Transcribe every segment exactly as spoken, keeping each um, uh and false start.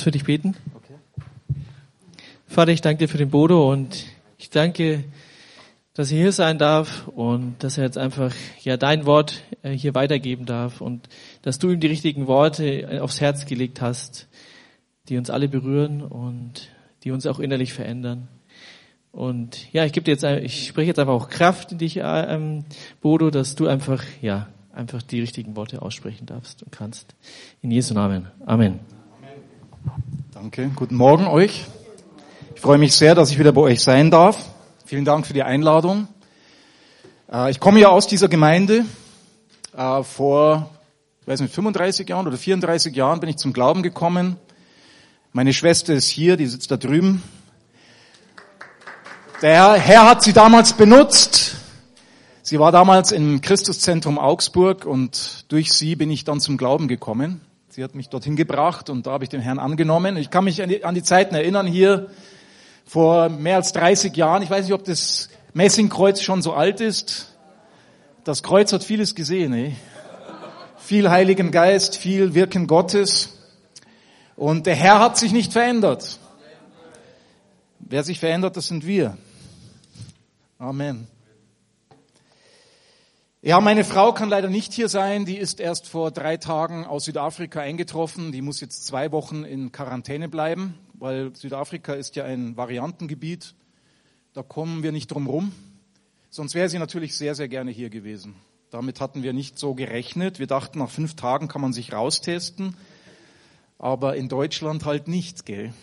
Für dich beten. Okay. Vater, ich danke dir für den Bodo und ich danke, dass er hier sein darf und dass er jetzt einfach ja dein Wort hier weitergeben darf und dass du ihm die richtigen Worte aufs Herz gelegt hast, die uns alle berühren und die uns auch innerlich verändern. Und ja, ich gebe dir jetzt, ich spreche jetzt einfach auch Kraft in dich, ähm, Bodo, dass du einfach ja einfach die richtigen Worte aussprechen darfst und kannst. In Jesu Namen. Amen. Danke. Guten Morgen euch. Ich freue mich sehr, dass ich wieder bei euch sein darf. Vielen Dank für die Einladung. Ich komme ja aus dieser Gemeinde. Vor, ich weiß nicht, fünfunddreißig Jahren oder vierunddreißig Jahren bin ich zum Glauben gekommen. Meine Schwester ist hier, die sitzt da drüben. Der Herr hat sie damals benutzt. Sie war damals im Christuszentrum Augsburg und durch sie bin ich dann zum Glauben gekommen. Sie hat mich dorthin gebracht und da habe ich den Herrn angenommen. Ich kann mich an die, an die Zeiten erinnern, hier vor mehr als dreißig Jahren. Ich weiß nicht, ob das Messingkreuz schon so alt ist. Das Kreuz hat vieles gesehen. Eh? Viel Heiligen Geist, viel Wirken Gottes. Und der Herr hat sich nicht verändert. Wer sich verändert, das sind wir. Amen. Ja, meine Frau kann leider nicht hier sein. Die ist erst vor drei Tagen aus Südafrika eingetroffen. Die muss jetzt zwei Wochen in Quarantäne bleiben, weil Südafrika ist ja ein Variantengebiet. Da kommen wir nicht drum rum. Sonst wäre sie natürlich sehr, sehr gerne hier gewesen. Damit hatten wir nicht so gerechnet. Wir dachten, nach fünf Tagen kann man sich raustesten. Aber in Deutschland halt nicht, gell?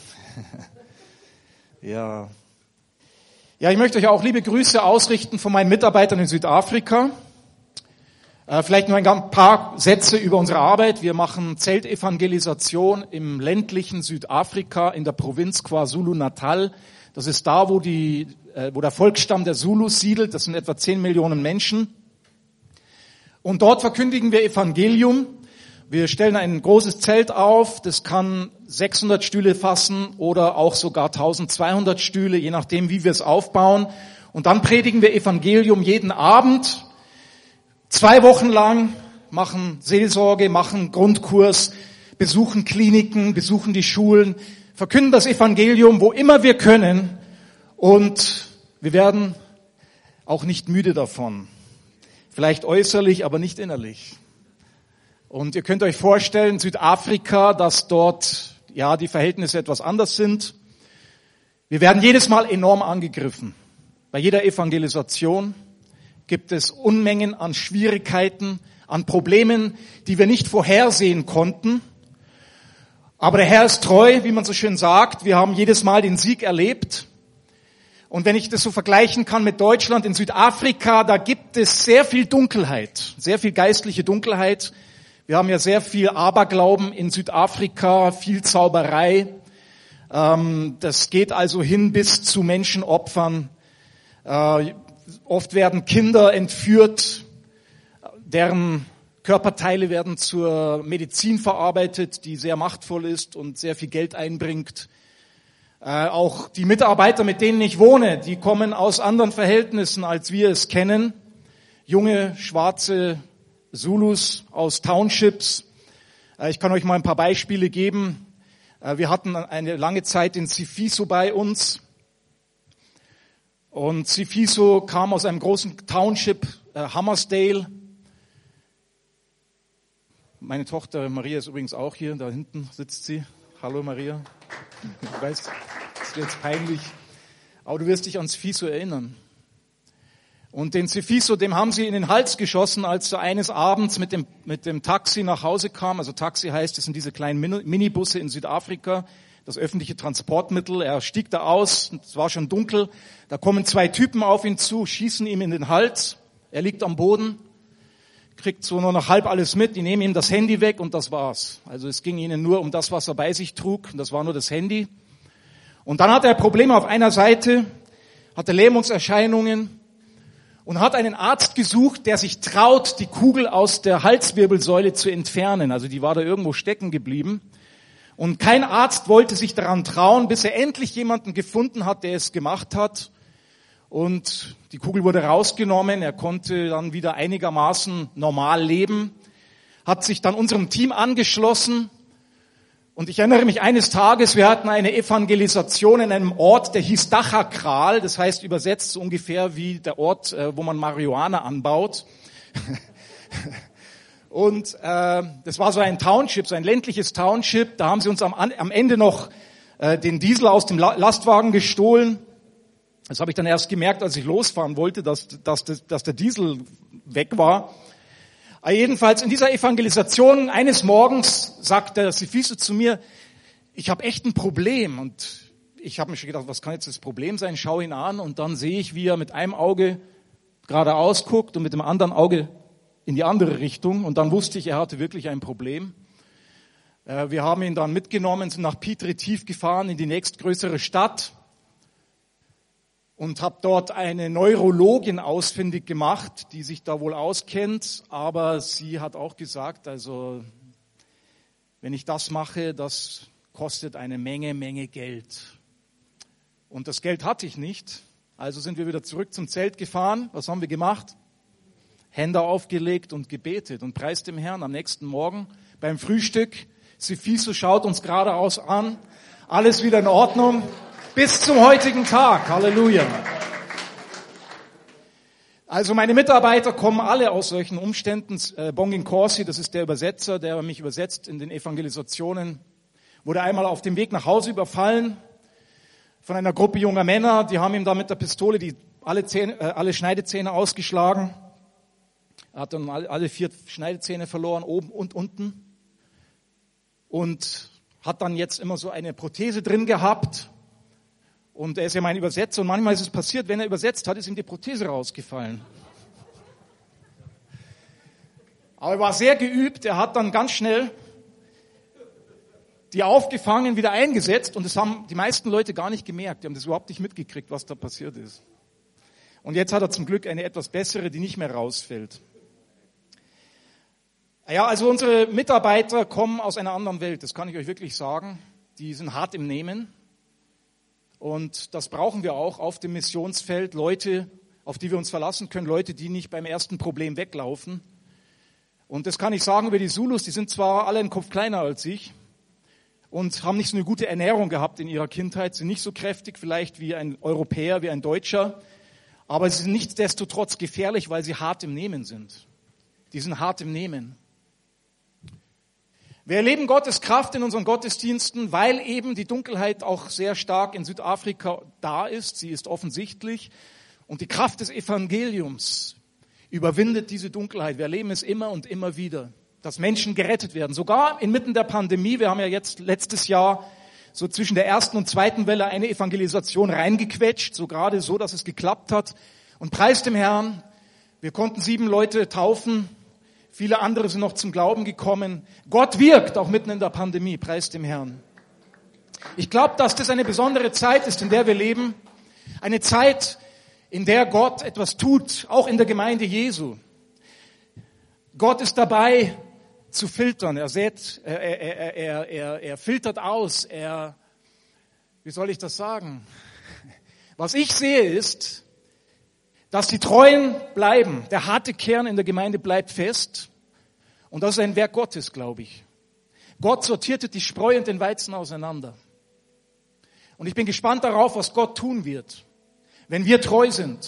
Ja. Ja, ich möchte euch auch liebe Grüße ausrichten von meinen Mitarbeitern in Südafrika. Äh, vielleicht nur ein paar Sätze über unsere Arbeit. Wir machen Zeltevangelisation im ländlichen Südafrika in der Provinz KwaZulu-Natal. Das ist da, wo die, äh, wo der Volksstamm der Zulus siedelt. Das sind etwa zehn Millionen Menschen. Und dort verkündigen wir Evangelium. Wir stellen ein großes Zelt auf, das kann sechshundert Stühle fassen oder auch sogar eintausendzweihundert Stühle, je nachdem, wie wir es aufbauen. Und dann predigen wir Evangelium jeden Abend, zwei Wochen lang, machen Seelsorge, machen Grundkurs, besuchen Kliniken, besuchen die Schulen, verkünden das Evangelium, wo immer wir können. Und wir werden auch nicht müde davon. Vielleicht äußerlich, aber nicht innerlich. Und ihr könnt euch vorstellen, Südafrika, dass dort ja die Verhältnisse etwas anders sind. Wir werden jedes Mal enorm angegriffen. Bei jeder Evangelisation gibt es Unmengen an Schwierigkeiten, an Problemen, die wir nicht vorhersehen konnten. Aber der Herr ist treu, wie man so schön sagt. Wir haben jedes Mal den Sieg erlebt. Und wenn ich das so vergleichen kann mit Deutschland, in Südafrika, da gibt es sehr viel Dunkelheit, sehr viel geistliche Dunkelheit. Wir haben ja sehr viel Aberglauben in Südafrika, viel Zauberei. Das geht also hin bis zu Menschenopfern. Oft werden Kinder entführt, deren Körperteile werden zur Medizin verarbeitet, die sehr machtvoll ist und sehr viel Geld einbringt. Auch die Mitarbeiter, mit denen ich wohne, die kommen aus anderen Verhältnissen, als wir es kennen. Junge, schwarze Zulus aus Townships. Ich kann euch mal ein paar Beispiele geben. Wir hatten eine lange Zeit den Sifiso bei uns. Und Sifiso kam aus einem großen Township, Hammersdale. Meine Tochter Maria ist übrigens auch hier, da hinten sitzt sie. Hallo Maria. Ich weiß, das ist jetzt peinlich, aber du wirst dich an Sifiso erinnern. Und den Sifiso, dem haben sie in den Hals geschossen, als er eines Abends mit dem, mit dem Taxi nach Hause kam. Also Taxi heißt, das sind diese kleinen Minibusse in Südafrika, das öffentliche Transportmittel. Er stieg da aus, es war schon dunkel. Da kommen zwei Typen auf ihn zu, schießen ihm in den Hals. Er liegt am Boden, kriegt so nur noch halb alles mit. Die nehmen ihm das Handy weg und das war's. Also es ging ihnen nur um das, was er bei sich trug. Und das war nur das Handy. Und dann hat er Probleme auf einer Seite, hatte Lähmungserscheinungen. Und hat einen Arzt gesucht, der sich traut, die Kugel aus der Halswirbelsäule zu entfernen. Also die war da irgendwo stecken geblieben. Und kein Arzt wollte sich daran trauen, bis er endlich jemanden gefunden hat, der es gemacht hat. Und die Kugel wurde rausgenommen. Er konnte dann wieder einigermaßen normal leben. Hat sich dann unserem Team angeschlossen. Und ich erinnere mich eines Tages, wir hatten eine Evangelisation in einem Ort, der hieß Dachakral, das heißt übersetzt so ungefähr wie der Ort, wo man Marihuana anbaut. Und äh, das war so ein Township, so ein ländliches Township, da haben sie uns am, am Ende noch äh, den Diesel aus dem Lastwagen gestohlen. Das habe ich dann erst gemerkt, als ich losfahren wollte, dass, dass, dass der Diesel weg war. Aber jedenfalls in dieser Evangelisation eines Morgens sagt der Sifiso zu mir, ich habe echt ein Problem. Und ich habe mir schon gedacht, was kann jetzt das Problem sein? Schau ihn an und dann sehe ich, wie er mit einem Auge geradeaus guckt und mit dem anderen Auge in die andere Richtung. Und dann wusste ich, er hatte wirklich ein Problem. Wir haben ihn dann mitgenommen, sind nach Piet Retief gefahren in die nächstgrößere Stadt. Und habe dort eine Neurologin ausfindig gemacht, die sich da wohl auskennt. Aber sie hat auch gesagt, also wenn ich das mache, das kostet eine Menge, Menge Geld. Und das Geld hatte ich nicht. Also sind wir wieder zurück zum Zelt gefahren. Was haben wir gemacht? Hände aufgelegt und gebetet und preist dem Herrn am nächsten Morgen beim Frühstück. Sifiso schaut uns geradeaus an. Alles wieder in Ordnung. Bis zum heutigen Tag. Halleluja. Also meine Mitarbeiter kommen alle aus solchen Umständen. Bongin Corsi, das ist der Übersetzer, der mich übersetzt in den Evangelisationen, wurde einmal auf dem Weg nach Hause überfallen von einer Gruppe junger Männer. Die haben ihm da mit der Pistole die alle, Zähne, äh, alle Schneidezähne ausgeschlagen. Er hat dann alle vier Schneidezähne verloren, oben und unten. Und hat dann jetzt immer so eine Prothese drin gehabt. Und er ist ja mein Übersetzer und manchmal ist es passiert, wenn er übersetzt hat, ist ihm die Prothese rausgefallen. Aber er war sehr geübt, er hat dann ganz schnell die aufgefangen, wieder eingesetzt und das haben die meisten Leute gar nicht gemerkt, die haben das überhaupt nicht mitgekriegt, was da passiert ist. Und jetzt hat er zum Glück eine etwas bessere, die nicht mehr rausfällt. Ja, also unsere Mitarbeiter kommen aus einer anderen Welt, das kann ich euch wirklich sagen. Die sind hart im Nehmen. Und das brauchen wir auch auf dem Missionsfeld, Leute, auf die wir uns verlassen können, Leute, die nicht beim ersten Problem weglaufen. Und das kann ich sagen über die Zulus, die sind zwar alle einen Kopf kleiner als ich und haben nicht so eine gute Ernährung gehabt in ihrer Kindheit, sind nicht so kräftig vielleicht wie ein Europäer, wie ein Deutscher, aber sie sind nichtsdestotrotz gefährlich, weil sie hart im Nehmen sind. Die sind hart im Nehmen. Wir erleben Gottes Kraft in unseren Gottesdiensten, weil eben die Dunkelheit auch sehr stark in Südafrika da ist. Sie ist offensichtlich. Und die Kraft des Evangeliums überwindet diese Dunkelheit. Wir erleben es immer und immer wieder, dass Menschen gerettet werden. Sogar inmitten der Pandemie. Wir haben ja jetzt letztes Jahr so zwischen der ersten und zweiten Welle eine Evangelisation reingequetscht. So gerade so, dass es geklappt hat. Und preis dem Herrn, wir konnten sieben Leute taufen. Viele andere sind noch zum Glauben gekommen. Gott wirkt auch mitten in der Pandemie, preis dem Herrn. Ich glaube, dass das eine besondere Zeit ist, in der wir leben. Eine Zeit, in der Gott etwas tut, auch in der Gemeinde Jesu. Gott ist dabei zu filtern. Er sät, er, er, er, er, er filtert aus. Er, wie soll ich das sagen? Was ich sehe ist, dass die Treuen bleiben. Der harte Kern in der Gemeinde bleibt fest. Und das ist ein Werk Gottes, glaube ich. Gott sortierte die Spreu und den Weizen auseinander. Und ich bin gespannt darauf, was Gott tun wird, wenn wir treu sind.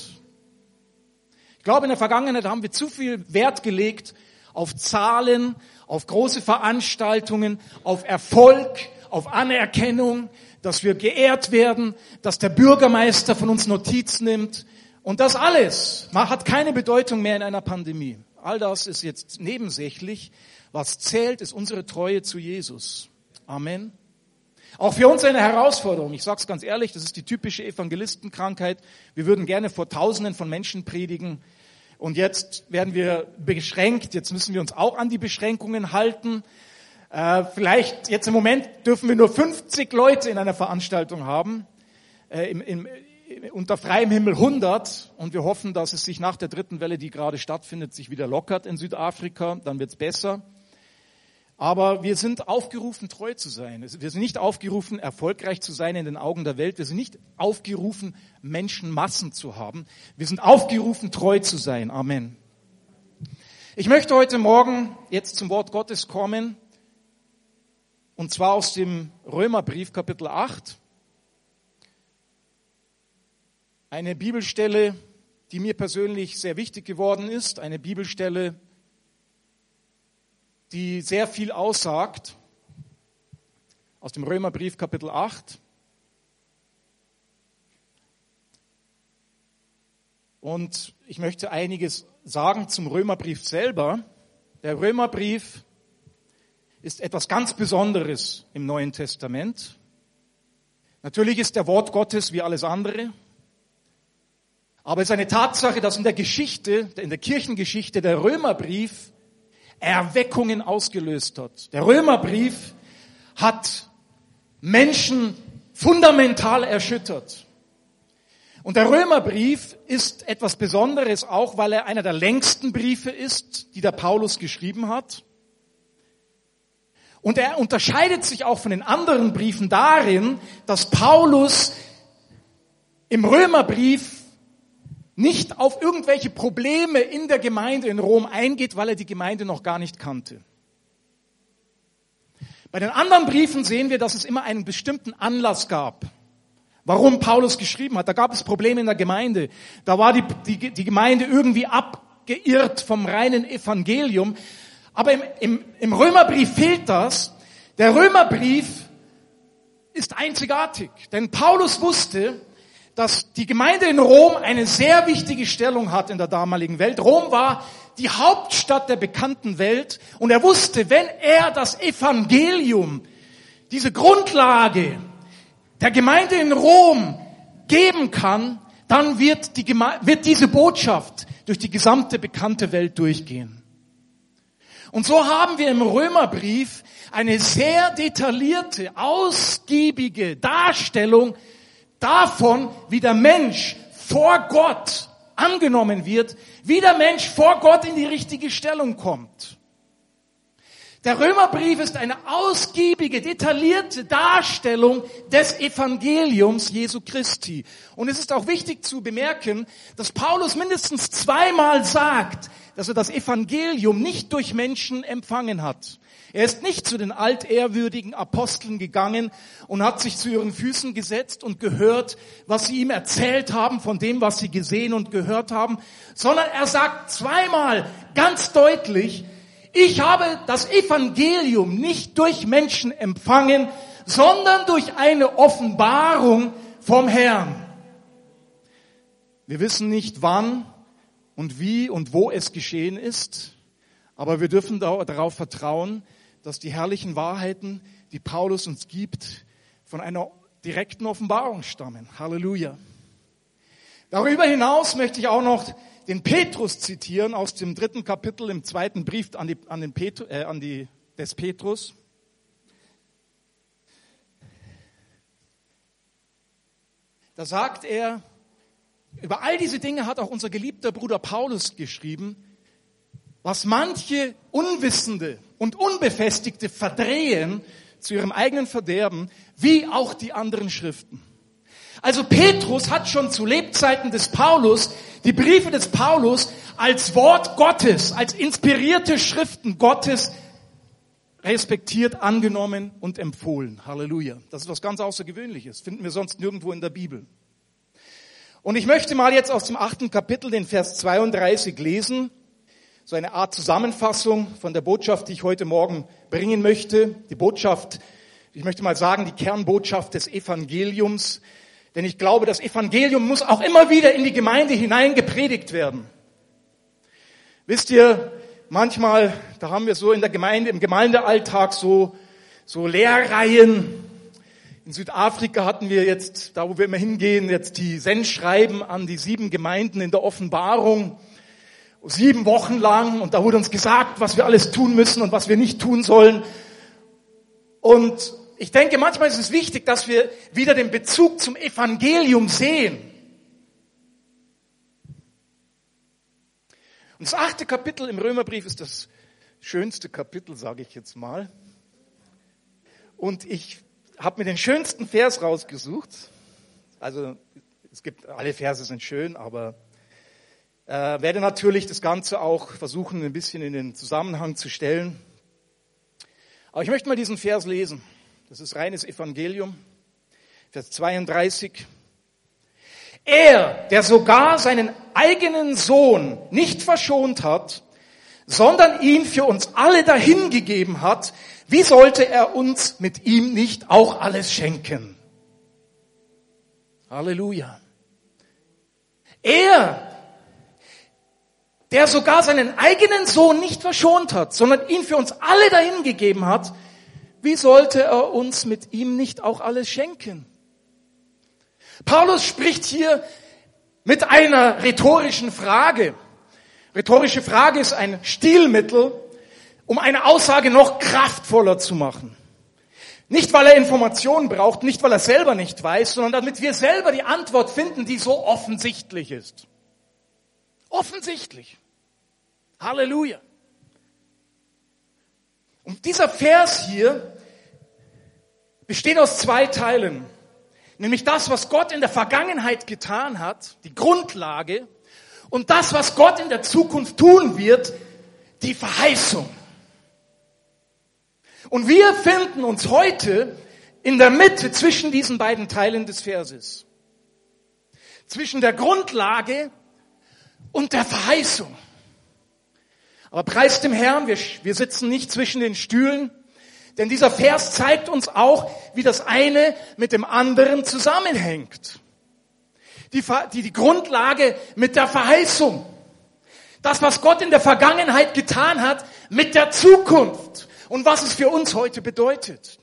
Ich glaube, in der Vergangenheit haben wir zu viel Wert gelegt auf Zahlen, auf große Veranstaltungen, auf Erfolg, auf Anerkennung, dass wir geehrt werden, dass der Bürgermeister von uns Notiz nimmt. Und das alles hat keine Bedeutung mehr in einer Pandemie. All das ist jetzt nebensächlich. Was zählt, ist unsere Treue zu Jesus. Amen. Auch für uns eine Herausforderung. Ich sage es ganz ehrlich, das ist die typische Evangelistenkrankheit. Wir würden gerne vor Tausenden von Menschen predigen. Und jetzt werden wir beschränkt. Jetzt müssen wir uns auch an die Beschränkungen halten. Äh, vielleicht jetzt im Moment dürfen wir nur fünfzig Leute in einer Veranstaltung haben. Äh, im, im, unter freiem Himmel hundert und wir hoffen, dass es sich nach der dritten Welle, die gerade stattfindet, sich wieder lockert in Südafrika, dann wird's besser. Aber wir sind aufgerufen, treu zu sein. Wir sind nicht aufgerufen, erfolgreich zu sein in den Augen der Welt. Wir sind nicht aufgerufen, Menschenmassen zu haben. Wir sind aufgerufen, treu zu sein. Amen. Ich möchte heute Morgen jetzt zum Wort Gottes kommen. und zwar aus dem Römerbrief Kapitel acht. Eine Bibelstelle, die mir persönlich sehr wichtig geworden ist, eine Bibelstelle, die sehr viel aussagt, aus dem Römerbrief Kapitel acht. Und ich möchte einiges sagen zum Römerbrief selber. Der Römerbrief ist etwas ganz Besonderes im Neuen Testament. Natürlich ist der Wort Gottes wie alles andere. Aber es ist eine Tatsache, dass in der Geschichte, in der Kirchengeschichte, der Römerbrief Erweckungen ausgelöst hat. Der Römerbrief hat Menschen fundamental erschüttert. Und der Römerbrief ist etwas Besonderes, auch weil er einer der längsten Briefe ist, die der Paulus geschrieben hat. Und er unterscheidet sich auch von den anderen Briefen darin, dass Paulus im Römerbrief nicht auf irgendwelche Probleme in der Gemeinde in Rom eingeht, weil er die Gemeinde noch gar nicht kannte. Bei den anderen Briefen sehen wir, dass es immer einen bestimmten Anlass gab, warum Paulus geschrieben hat. Da gab es Probleme in der Gemeinde. Da war die, die, die Gemeinde irgendwie abgeirrt vom reinen Evangelium. Aber im, im, im Römerbrief fehlt das. Der Römerbrief ist einzigartig. Denn Paulus wusste, dass die Gemeinde in Rom eine sehr wichtige Stellung hat in der damaligen Welt. Rom war die Hauptstadt der bekannten Welt. Und er wusste, wenn er das Evangelium, diese Grundlage der Gemeinde in Rom geben kann, dann wird, die Geme- wird diese Botschaft durch die gesamte bekannte Welt durchgehen. Und so haben wir im Römerbrief eine sehr detaillierte, ausgiebige Darstellung davon, wie der Mensch vor Gott angenommen wird, wie der Mensch vor Gott in die richtige Stellung kommt. Der Römerbrief ist eine ausgiebige, detaillierte Darstellung des Evangeliums Jesu Christi. Und es ist auch wichtig zu bemerken, dass Paulus mindestens zweimal sagt, dass er das Evangelium nicht durch Menschen empfangen hat. Er ist nicht zu den altehrwürdigen Aposteln gegangen und hat sich zu ihren Füßen gesetzt und gehört, was sie ihm erzählt haben von dem, was sie gesehen und gehört haben, sondern er sagt zweimal ganz deutlich, ich habe das Evangelium nicht durch Menschen empfangen, sondern durch eine Offenbarung vom Herrn. Wir wissen nicht, wann und wie und wo es geschehen ist, aber wir dürfen darauf vertrauen, dass die herrlichen Wahrheiten, die Paulus uns gibt, von einer direkten Offenbarung stammen. Halleluja. Darüber hinaus möchte ich auch noch den Petrus zitieren aus dem dritten Kapitel im zweiten Brief an die, an den Pet, äh, an die, des Petrus. Da sagt er, über all diese Dinge hat auch unser geliebter Bruder Paulus geschrieben, was manche Unwissende und Unbefestigte verdrehen zu ihrem eigenen Verderben, wie auch die anderen Schriften. Also Petrus hat schon zu Lebzeiten des Paulus die Briefe des Paulus als Wort Gottes, als inspirierte Schriften Gottes respektiert, angenommen und empfohlen. Halleluja. Das ist was ganz Außergewöhnliches. Finden wir sonst nirgendwo in der Bibel. Und ich möchte mal jetzt aus dem achten Kapitel den Vers zweiunddreißig lesen. So eine Art Zusammenfassung von der Botschaft, die ich heute Morgen bringen möchte. Die Botschaft, ich möchte mal sagen, die Kernbotschaft des Evangeliums. Denn ich glaube, das Evangelium muss auch immer wieder in die Gemeinde hinein gepredigt werden. Wisst ihr, manchmal, da haben wir so in der Gemeinde, im Gemeindealltag so, so Lehrreihen. In Südafrika hatten wir jetzt, da wo wir immer hingehen, jetzt die Sendschreiben an die sieben Gemeinden in der Offenbarung. Sieben Wochen lang, und da wurde uns gesagt, was wir alles tun müssen und was wir nicht tun sollen. Und ich denke, manchmal ist es wichtig, dass wir wieder den Bezug zum Evangelium sehen. Und das achte Kapitel im Römerbrief ist das schönste Kapitel, sage ich jetzt mal. Und ich habe mir den schönsten Vers rausgesucht. Also es gibt, alle Verse sind schön, aber Äh, werde natürlich das Ganze auch versuchen, ein bisschen in den Zusammenhang zu stellen. Aber ich möchte mal diesen Vers lesen. Das ist reines Evangelium. Vers zweiunddreißig. Er, der sogar seinen eigenen Sohn nicht verschont hat, sondern ihn für uns alle dahingegeben hat, wie sollte er uns mit ihm nicht auch alles schenken? Halleluja. Er, der sogar seinen eigenen Sohn nicht verschont hat, sondern ihn für uns alle dahingegeben hat, wie sollte er uns mit ihm nicht auch alles schenken? Paulus spricht hier mit einer rhetorischen Frage. Rhetorische Frage ist ein Stilmittel, um eine Aussage noch kraftvoller zu machen. Nicht, weil er Informationen braucht, nicht, weil er selber nicht weiß, sondern damit wir selber die Antwort finden, die so offensichtlich ist. Offensichtlich. Halleluja. Und dieser Vers hier besteht aus zwei Teilen. Nämlich das, was Gott in der Vergangenheit getan hat, die Grundlage, und das, was Gott in der Zukunft tun wird, die Verheißung. Und wir finden uns heute in der Mitte zwischen diesen beiden Teilen des Verses. Zwischen der Grundlage und der Verheißung. Aber preis dem Herrn, wir, wir sitzen nicht zwischen den Stühlen, denn dieser Vers zeigt uns auch, wie das eine mit dem anderen zusammenhängt. Die, die, die Grundlage mit der Verheißung. Das, was Gott in der Vergangenheit getan hat, mit der Zukunft. Und was es für uns heute bedeutet.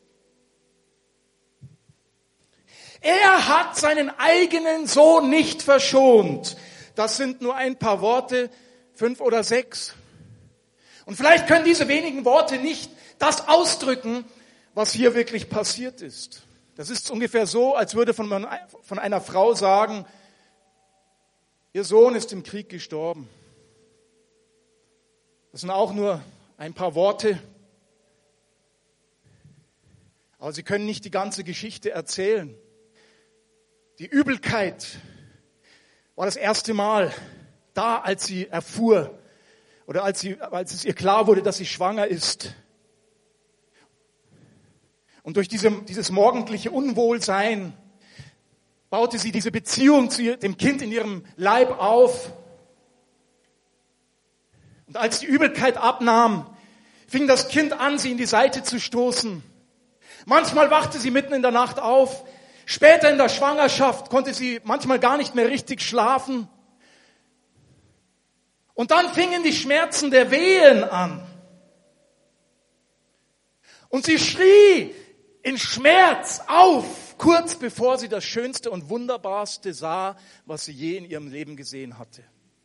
Er hat seinen eigenen Sohn nicht verschont. Das sind nur ein paar Worte, fünf oder sechs. Und vielleicht können diese wenigen Worte nicht das ausdrücken, was hier wirklich passiert ist. Das ist ungefähr so, als würde von, von einer Frau sagen, ihr Sohn ist im Krieg gestorben. Das sind auch nur ein paar Worte. Aber sie können nicht die ganze Geschichte erzählen. Die Übelkeit war das erste Mal da, als sie erfuhr oder als, sie, als es ihr klar wurde, dass sie schwanger ist. Und durch diese, dieses morgendliche Unwohlsein baute sie diese Beziehung zu ihr, dem Kind in ihrem Leib auf. Und als die Übelkeit abnahm, fing das Kind an, sie in die Seite zu stoßen. Manchmal wachte sie mitten in der Nacht auf. Später in der Schwangerschaft konnte sie manchmal gar nicht mehr richtig schlafen. Und dann fingen die Schmerzen der Wehen an. Und sie schrie in Schmerz auf, kurz bevor sie das Schönste und Wunderbarste sah, was sie je in ihrem Leben gesehen hatte.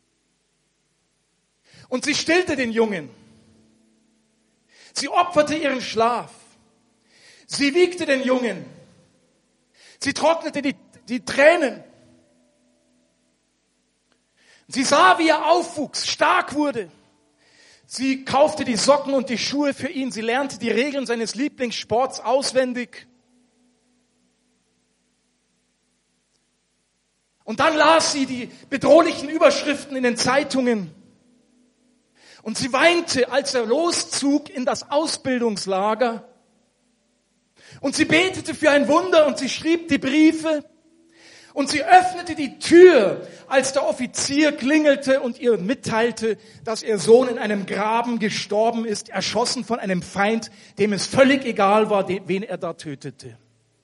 Und sie stillte den Jungen. Sie opferte ihren Schlaf. Sie wiegte den Jungen. Sie trocknete die, die Tränen. Sie sah, wie er aufwuchs, stark wurde. Sie kaufte die Socken und die Schuhe für ihn. Sie lernte die Regeln seines Lieblingssports auswendig. Und dann las sie die bedrohlichen Überschriften in den Zeitungen. Und sie weinte, als er loszog in das Ausbildungslager. Und sie betete für ein Wunder und sie schrieb die Briefe. Und sie öffnete die Tür, als der Offizier klingelte und ihr mitteilte, dass ihr Sohn in einem Graben gestorben ist, erschossen von einem Feind, dem es völlig egal war, wen er da tötete.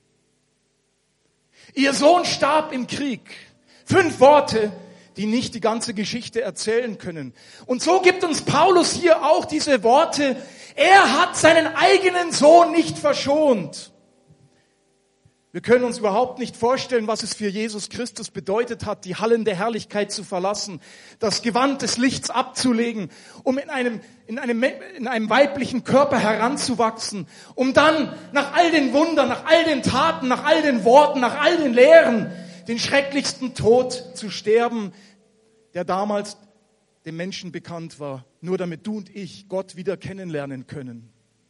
Ihr Sohn starb im Krieg. Fünf Worte, die nicht die ganze Geschichte erzählen können. Und so gibt uns Paulus hier auch diese Worte. Er hat seinen eigenen Sohn nicht verschont. Wir können uns überhaupt nicht vorstellen, was es für Jesus Christus bedeutet hat, die Hallen der Herrlichkeit zu verlassen, das Gewand des Lichts abzulegen, um in einem, in einem, in einem weiblichen Körper heranzuwachsen, um dann nach all den Wundern, nach all den Taten, nach all den Worten, nach all den Lehren, den schrecklichsten Tod zu sterben, der damals dem Menschen bekannt war, nur damit du und ich Gott wieder kennenlernen können.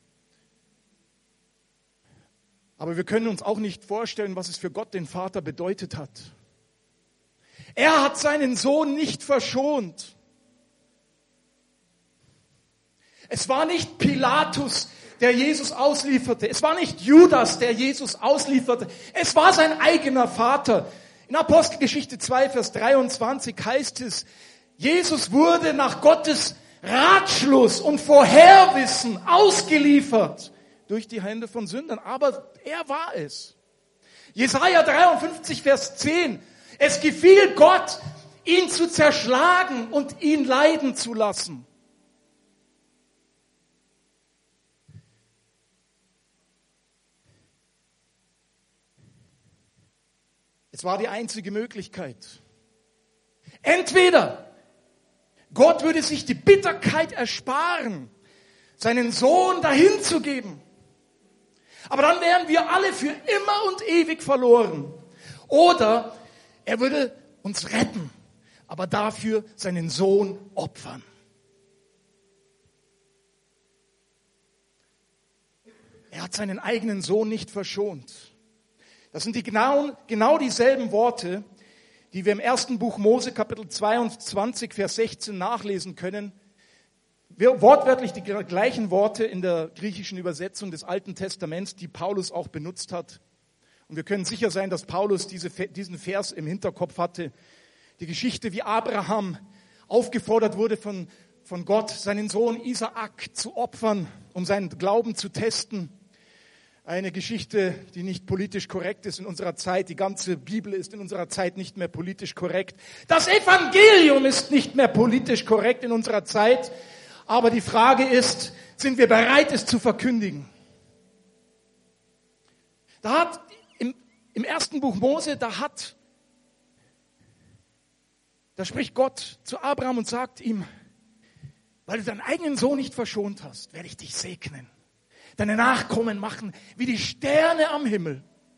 Aber wir können uns auch nicht vorstellen, was es für Gott, den Vater, bedeutet hat. Er hat seinen Sohn nicht verschont. Es war nicht Pilatus, der Jesus auslieferte. Es war nicht Judas, der Jesus auslieferte. Es war sein eigener Vater. In Apostelgeschichte zwei, Vers dreiundzwanzig heißt es, Jesus wurde nach Gottes Ratschluss und Vorherwissen ausgeliefert durch die Hände von Sündern. Aber er war es. Jesaja dreiundfünfzig, Vers zehn. Es gefiel Gott, ihn zu zerschlagen und ihn leiden zu lassen. Es war die einzige Möglichkeit. Entweder Gott würde sich die Bitterkeit ersparen, seinen Sohn dahin zu geben. Aber dann wären wir alle für immer und ewig verloren. Oder er würde uns retten, aber dafür seinen Sohn opfern. Er hat seinen eigenen Sohn nicht verschont. Das sind die genau, genau dieselben Worte, die wir im ersten Buch Mose, Kapitel zweiundzwanzig, Vers sechzehn nachlesen können. Wir, wortwörtlich die gleichen Worte in der griechischen Übersetzung des Alten Testaments, die Paulus auch benutzt hat. Und wir können sicher sein, dass Paulus diese, diesen Vers im Hinterkopf hatte. Die Geschichte, wie Abraham aufgefordert wurde von, von Gott, seinen Sohn Isaak zu opfern, um seinen Glauben zu testen. Eine Geschichte, die nicht politisch korrekt ist in unserer Zeit. Die ganze Bibel ist in unserer Zeit nicht mehr politisch korrekt. Das Evangelium ist nicht mehr politisch korrekt in unserer Zeit. Aber die Frage ist, sind wir bereit, es zu verkündigen? Da hat im, im ersten Buch Mose, da hat, da spricht Gott zu Abraham und sagt ihm, weil du deinen eigenen Sohn nicht verschont hast, werde ich dich segnen. Deine Nachkommen machen wie die Sterne am Himmel.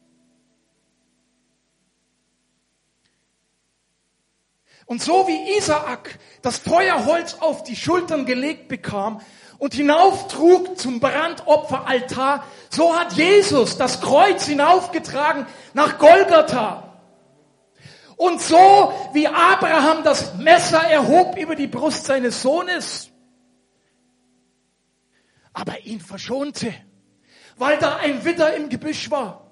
Und so wie Isaak das Feuerholz auf die Schultern gelegt bekam und hinauftrug zum Brandopferaltar, so hat Jesus das Kreuz hinaufgetragen nach Golgatha. Und so wie Abraham das Messer erhob über die Brust seines Sohnes, aber ihn verschonte, weil da ein Widder im Gebüsch war.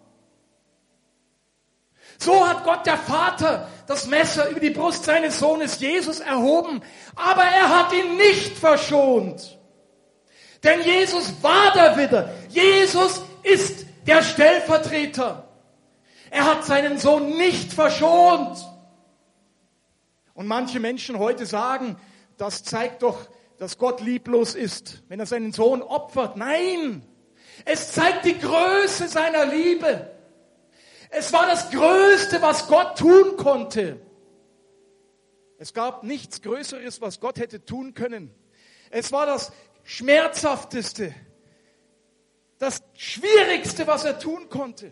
So hat Gott der Vater das Messer über die Brust seines Sohnes Jesus erhoben, aber er hat ihn nicht verschont. Denn Jesus war der Widder. Jesus ist der Stellvertreter. Er hat seinen Sohn nicht verschont. Und manche Menschen heute sagen, das zeigt doch, dass Gott lieblos ist, wenn er seinen Sohn opfert. Nein, es zeigt die Größe seiner Liebe. Es war das Größte, was Gott tun konnte. Es gab nichts Größeres, was Gott hätte tun können. Es war das Schmerzhafteste, das Schwierigste, was er tun konnte.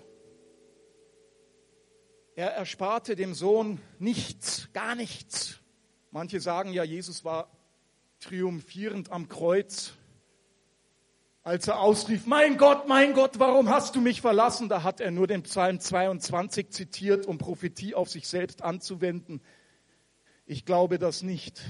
Er ersparte dem Sohn nichts, gar nichts. Manche sagen ja, Jesus war triumphierend am Kreuz, als er ausrief, mein Gott, mein Gott, warum hast du mich verlassen? Da hat er nur den Psalm zweiundzwanzig zitiert, um Prophetie auf sich selbst anzuwenden. Ich glaube das nicht.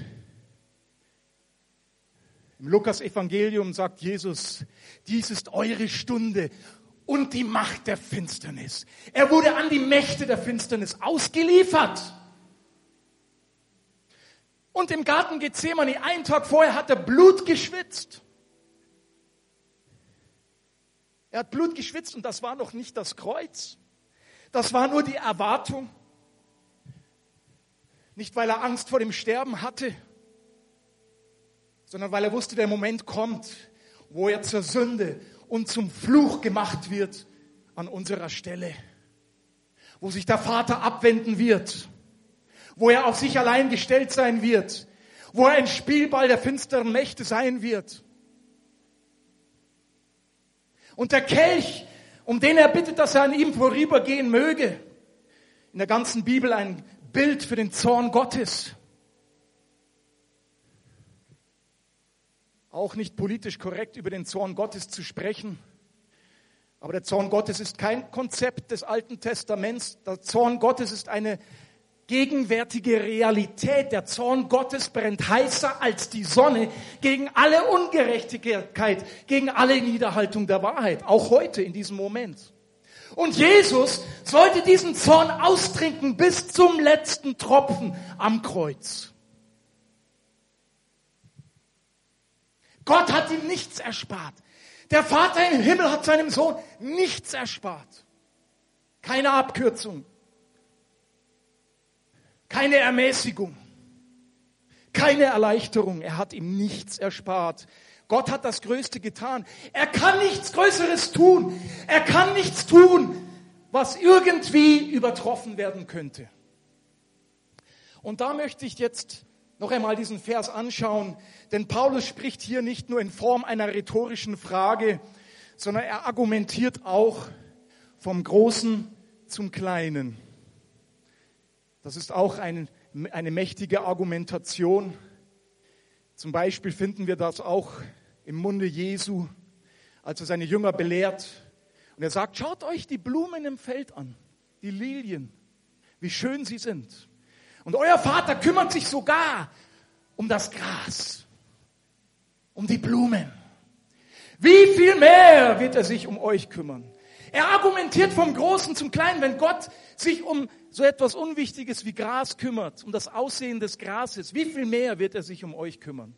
Im Lukas-Evangelium sagt Jesus, dies ist eure Stunde und die Macht der Finsternis. Er wurde an die Mächte der Finsternis ausgeliefert. Und im Garten Gethsemane, einen Tag vorher, hat er Blut geschwitzt. Er hat Blut geschwitzt und das war noch nicht das Kreuz. Das war nur die Erwartung. Nicht, weil er Angst vor dem Sterben hatte, sondern weil er wusste, der Moment kommt, wo er zur Sünde und zum Fluch gemacht wird an unserer Stelle. Wo sich der Vater abwenden wird. Wo er auf sich allein gestellt sein wird, wo er ein Spielball der finsteren Mächte sein wird. Und der Kelch, um den er bittet, dass er an ihm vorübergehen möge, in der ganzen Bibel ein Bild für den Zorn Gottes. Auch nicht politisch korrekt über den Zorn Gottes zu sprechen. Aber der Zorn Gottes ist kein Konzept des Alten Testaments. Der Zorn Gottes ist eine gegenwärtige Realität. Der Zorn Gottes brennt heißer als die Sonne gegen alle Ungerechtigkeit, gegen alle Niederhaltung der Wahrheit, auch heute in diesem Moment. Und Jesus sollte diesen Zorn austrinken bis zum letzten Tropfen am Kreuz. Gott hat ihm nichts erspart. Der Vater im Himmel hat seinem Sohn nichts erspart. Keine Abkürzung. Keine Ermäßigung. Keine Erleichterung. Er hat ihm nichts erspart. Gott hat das Größte getan. Er kann nichts Größeres tun. Er kann nichts tun, was irgendwie übertroffen werden könnte. Und da möchte ich jetzt noch einmal diesen Vers anschauen, denn Paulus spricht hier nicht nur in Form einer rhetorischen Frage, sondern er argumentiert auch vom Großen zum Kleinen. Das ist auch eine, eine mächtige Argumentation. Zum Beispiel finden wir das auch im Munde Jesu, als er seine Jünger belehrt. Und er sagt, schaut euch die Blumen im Feld an, die Lilien, wie schön sie sind. Und euer Vater kümmert sich sogar um das Gras, um die Blumen. Wie viel mehr wird er sich um euch kümmern? Er argumentiert vom Großen zum Kleinen, wenn Gott sich um so etwas Unwichtiges wie Gras kümmert, um das Aussehen des Grases, wie viel mehr wird er sich um euch kümmern?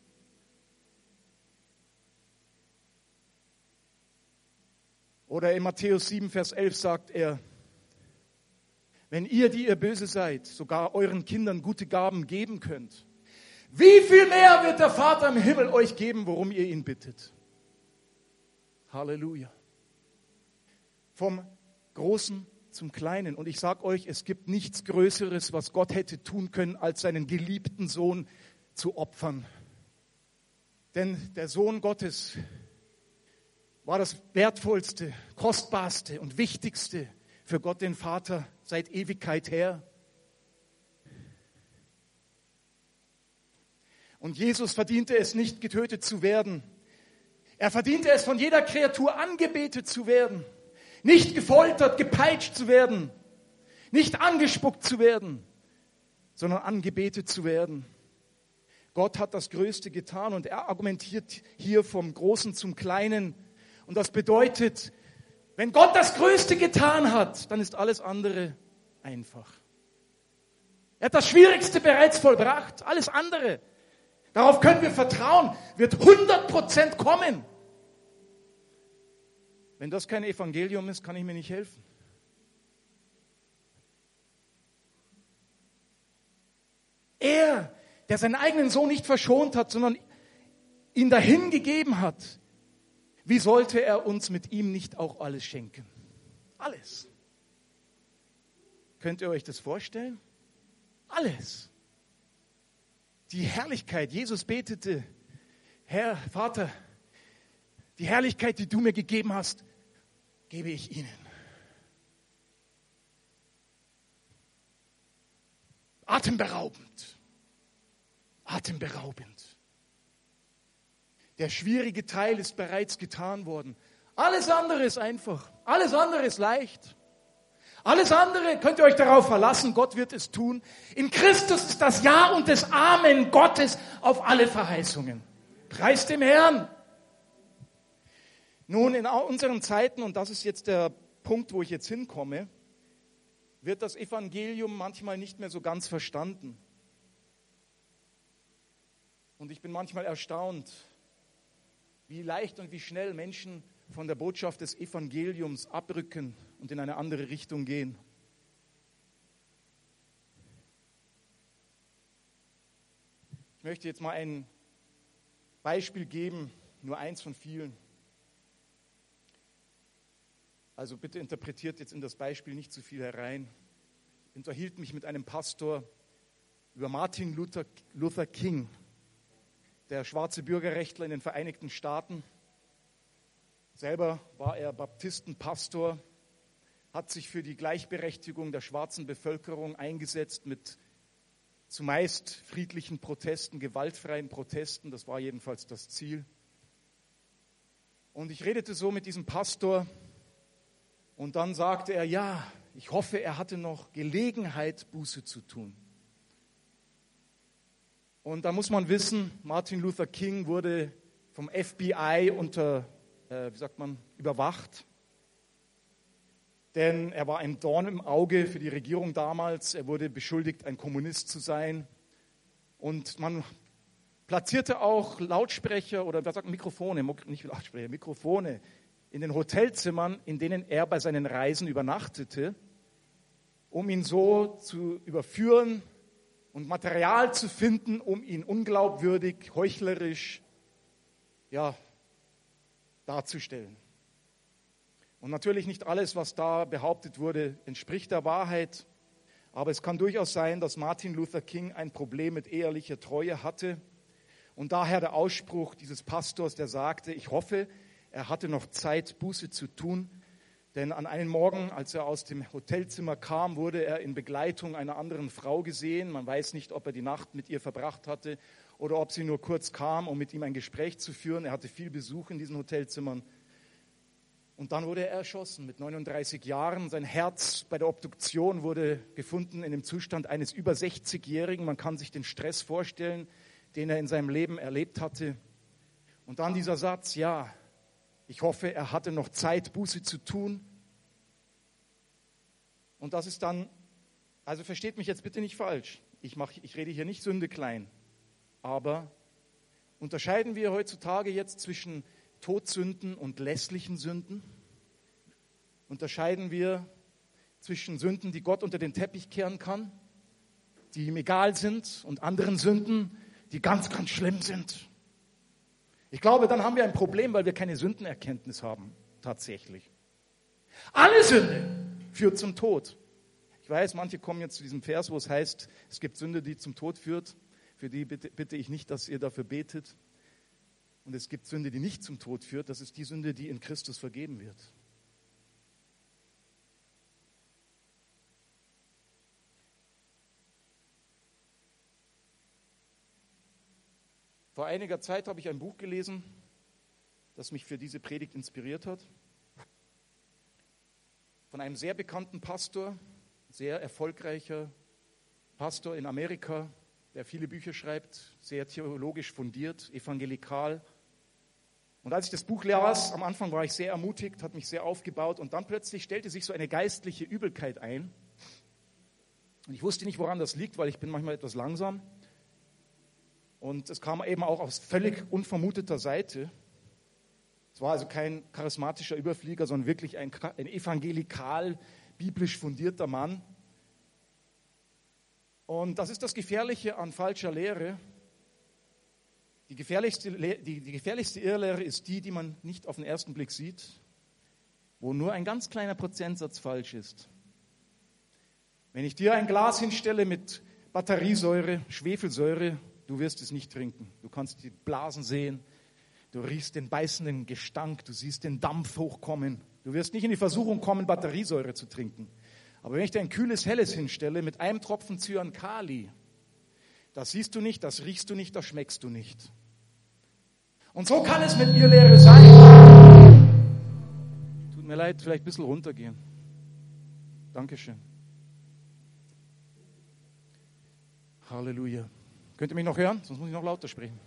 Oder in Matthäus sieben, Vers elf sagt er, wenn ihr, die ihr böse seid, sogar euren Kindern gute Gaben geben könnt, wie viel mehr wird der Vater im Himmel euch geben, worum ihr ihn bittet? Halleluja. Vom Großen zum Kleinen. Und ich sage euch, es gibt nichts Größeres, was Gott hätte tun können, als seinen geliebten Sohn zu opfern. Denn der Sohn Gottes war das wertvollste, kostbarste und wichtigste für Gott den Vater seit Ewigkeit her. Und Jesus verdiente es nicht, getötet zu werden. Er verdiente es, von jeder Kreatur angebetet zu werden. Nicht gefoltert, gepeitscht zu werden. Nicht angespuckt zu werden, sondern angebetet zu werden. Gott hat das Größte getan und er argumentiert hier vom Großen zum Kleinen. Und das bedeutet, wenn Gott das Größte getan hat, dann ist alles andere einfach. Er hat das Schwierigste bereits vollbracht. Alles andere, darauf können wir vertrauen, wird hundert Prozent kommen. Wenn das kein Evangelium ist, kann ich mir nicht helfen. Er, der seinen eigenen Sohn nicht verschont hat, sondern ihn dahin gegeben hat, wie sollte er uns mit ihm nicht auch alles schenken? Alles. Könnt ihr euch das vorstellen? Alles. Die Herrlichkeit, Jesus betete, Herr, Vater, die Herrlichkeit, die du mir gegeben hast, gebe ich ihnen. Atemberaubend. Atemberaubend. Der schwierige Teil ist bereits getan worden. Alles andere ist einfach. Alles andere ist leicht. Alles andere könnt ihr euch darauf verlassen, Gott wird es tun. In Christus ist das Ja und das Amen Gottes auf alle Verheißungen. Preis dem Herrn. Nun, in unseren Zeiten, und das ist jetzt der Punkt, wo ich jetzt hinkomme, wird das Evangelium manchmal nicht mehr so ganz verstanden. Und ich bin manchmal erstaunt, wie leicht und wie schnell Menschen von der Botschaft des Evangeliums abrücken und in eine andere Richtung gehen. Ich möchte jetzt mal ein Beispiel geben, nur eins von vielen. Also bitte interpretiert jetzt in das Beispiel nicht zu viel herein. Ich unterhielt mich mit einem Pastor über Martin Luther, Luther King, der schwarze Bürgerrechtler in den Vereinigten Staaten. Selber war er Baptistenpastor, hat sich für die Gleichberechtigung der schwarzen Bevölkerung eingesetzt mit zumeist friedlichen Protesten, gewaltfreien Protesten. Das war jedenfalls das Ziel. Und ich redete so mit diesem Pastor und dann sagte er, ja, ich hoffe, er hatte noch Gelegenheit, Buße zu tun. Und da muss man wissen, Martin Luther King wurde vom F B I unter, äh, wie sagt man, überwacht. Denn er war ein Dorn im Auge für die Regierung damals. Er wurde beschuldigt, ein Kommunist zu sein. Und man platzierte auch Lautsprecher oder was sagt man, Mikrofone, nicht Lautsprecher, Mikrofone in den Hotelzimmern, in denen er bei seinen Reisen übernachtete, um ihn so zu überführen und Material zu finden, um ihn unglaubwürdig, heuchlerisch, ja, darzustellen. Und natürlich nicht alles, was da behauptet wurde, entspricht der Wahrheit. Aber es kann durchaus sein, dass Martin Luther King ein Problem mit ehelicher Treue hatte. Und daher der Ausspruch dieses Pastors, der sagte, ich hoffe, er hatte noch Zeit, Buße zu tun. Denn an einem Morgen, als er aus dem Hotelzimmer kam, wurde er in Begleitung einer anderen Frau gesehen. Man weiß nicht, ob er die Nacht mit ihr verbracht hatte oder ob sie nur kurz kam, um mit ihm ein Gespräch zu führen. Er hatte viel Besuch in diesen Hotelzimmern. Und dann wurde er erschossen mit neununddreißig Jahren. Sein Herz bei der Obduktion wurde gefunden in dem Zustand eines über sechzigjährigen. Man kann sich den Stress vorstellen, den er in seinem Leben erlebt hatte. Und dann dieser Satz, ja, ich hoffe, er hatte noch Zeit, Buße zu tun. Und das ist dann, also versteht mich jetzt bitte nicht falsch. Ich, mach, ich rede hier nicht Sünde klein. Aber unterscheiden wir heutzutage jetzt zwischen Todsünden und lässlichen Sünden? Unterscheiden wir zwischen Sünden, die Gott unter den Teppich kehren kann, die ihm egal sind, und anderen Sünden, die ganz, ganz schlimm sind? Ich glaube, dann haben wir ein Problem, weil wir keine Sündenerkenntnis haben, tatsächlich. Alle Sünde führt zum Tod. Ich weiß, manche kommen jetzt zu diesem Vers, wo es heißt, es gibt Sünde, die zum Tod führt. Für die bitte, bitte ich nicht, dass ihr dafür betet. Und es gibt Sünde, die nicht zum Tod führt. Das ist die Sünde, die in Christus vergeben wird. Vor einiger Zeit habe ich ein Buch gelesen, das mich für diese Predigt inspiriert hat. Von einem sehr bekannten Pastor, sehr erfolgreicher Pastor in Amerika, der viele Bücher schreibt, sehr theologisch fundiert, evangelikal. Und als ich das Buch las, am Anfang war ich sehr ermutigt, hat mich sehr aufgebaut und dann plötzlich stellte sich so eine geistliche Übelkeit ein. Und ich wusste nicht, woran das liegt, weil ich bin manchmal etwas langsam. Und es kam eben auch aus völlig unvermuteter Seite. Es war also kein charismatischer Überflieger, sondern wirklich ein, ein evangelikal, biblisch fundierter Mann. Und das ist das Gefährliche an falscher Lehre. Die gefährlichste, die, die gefährlichste Irrlehre ist die, die man nicht auf den ersten Blick sieht, wo nur ein ganz kleiner Prozentsatz falsch ist. Wenn ich dir ein Glas hinstelle mit Batteriesäure, Schwefelsäure, du wirst es nicht trinken. Du kannst die Blasen sehen, du riechst den beißenden Gestank, du siehst den Dampf hochkommen. Du wirst nicht in die Versuchung kommen, Batteriesäure zu trinken. Aber wenn ich dir ein kühles Helles hinstelle mit einem Tropfen Cyankali, das siehst du nicht, das riechst du nicht, das schmeckst du nicht. Und so kann es mit Irrlehre sein. Tut mir leid, vielleicht ein bisschen runtergehen. Dankeschön. Halleluja. Könnt ihr mich noch hören? Sonst muss ich noch lauter sprechen.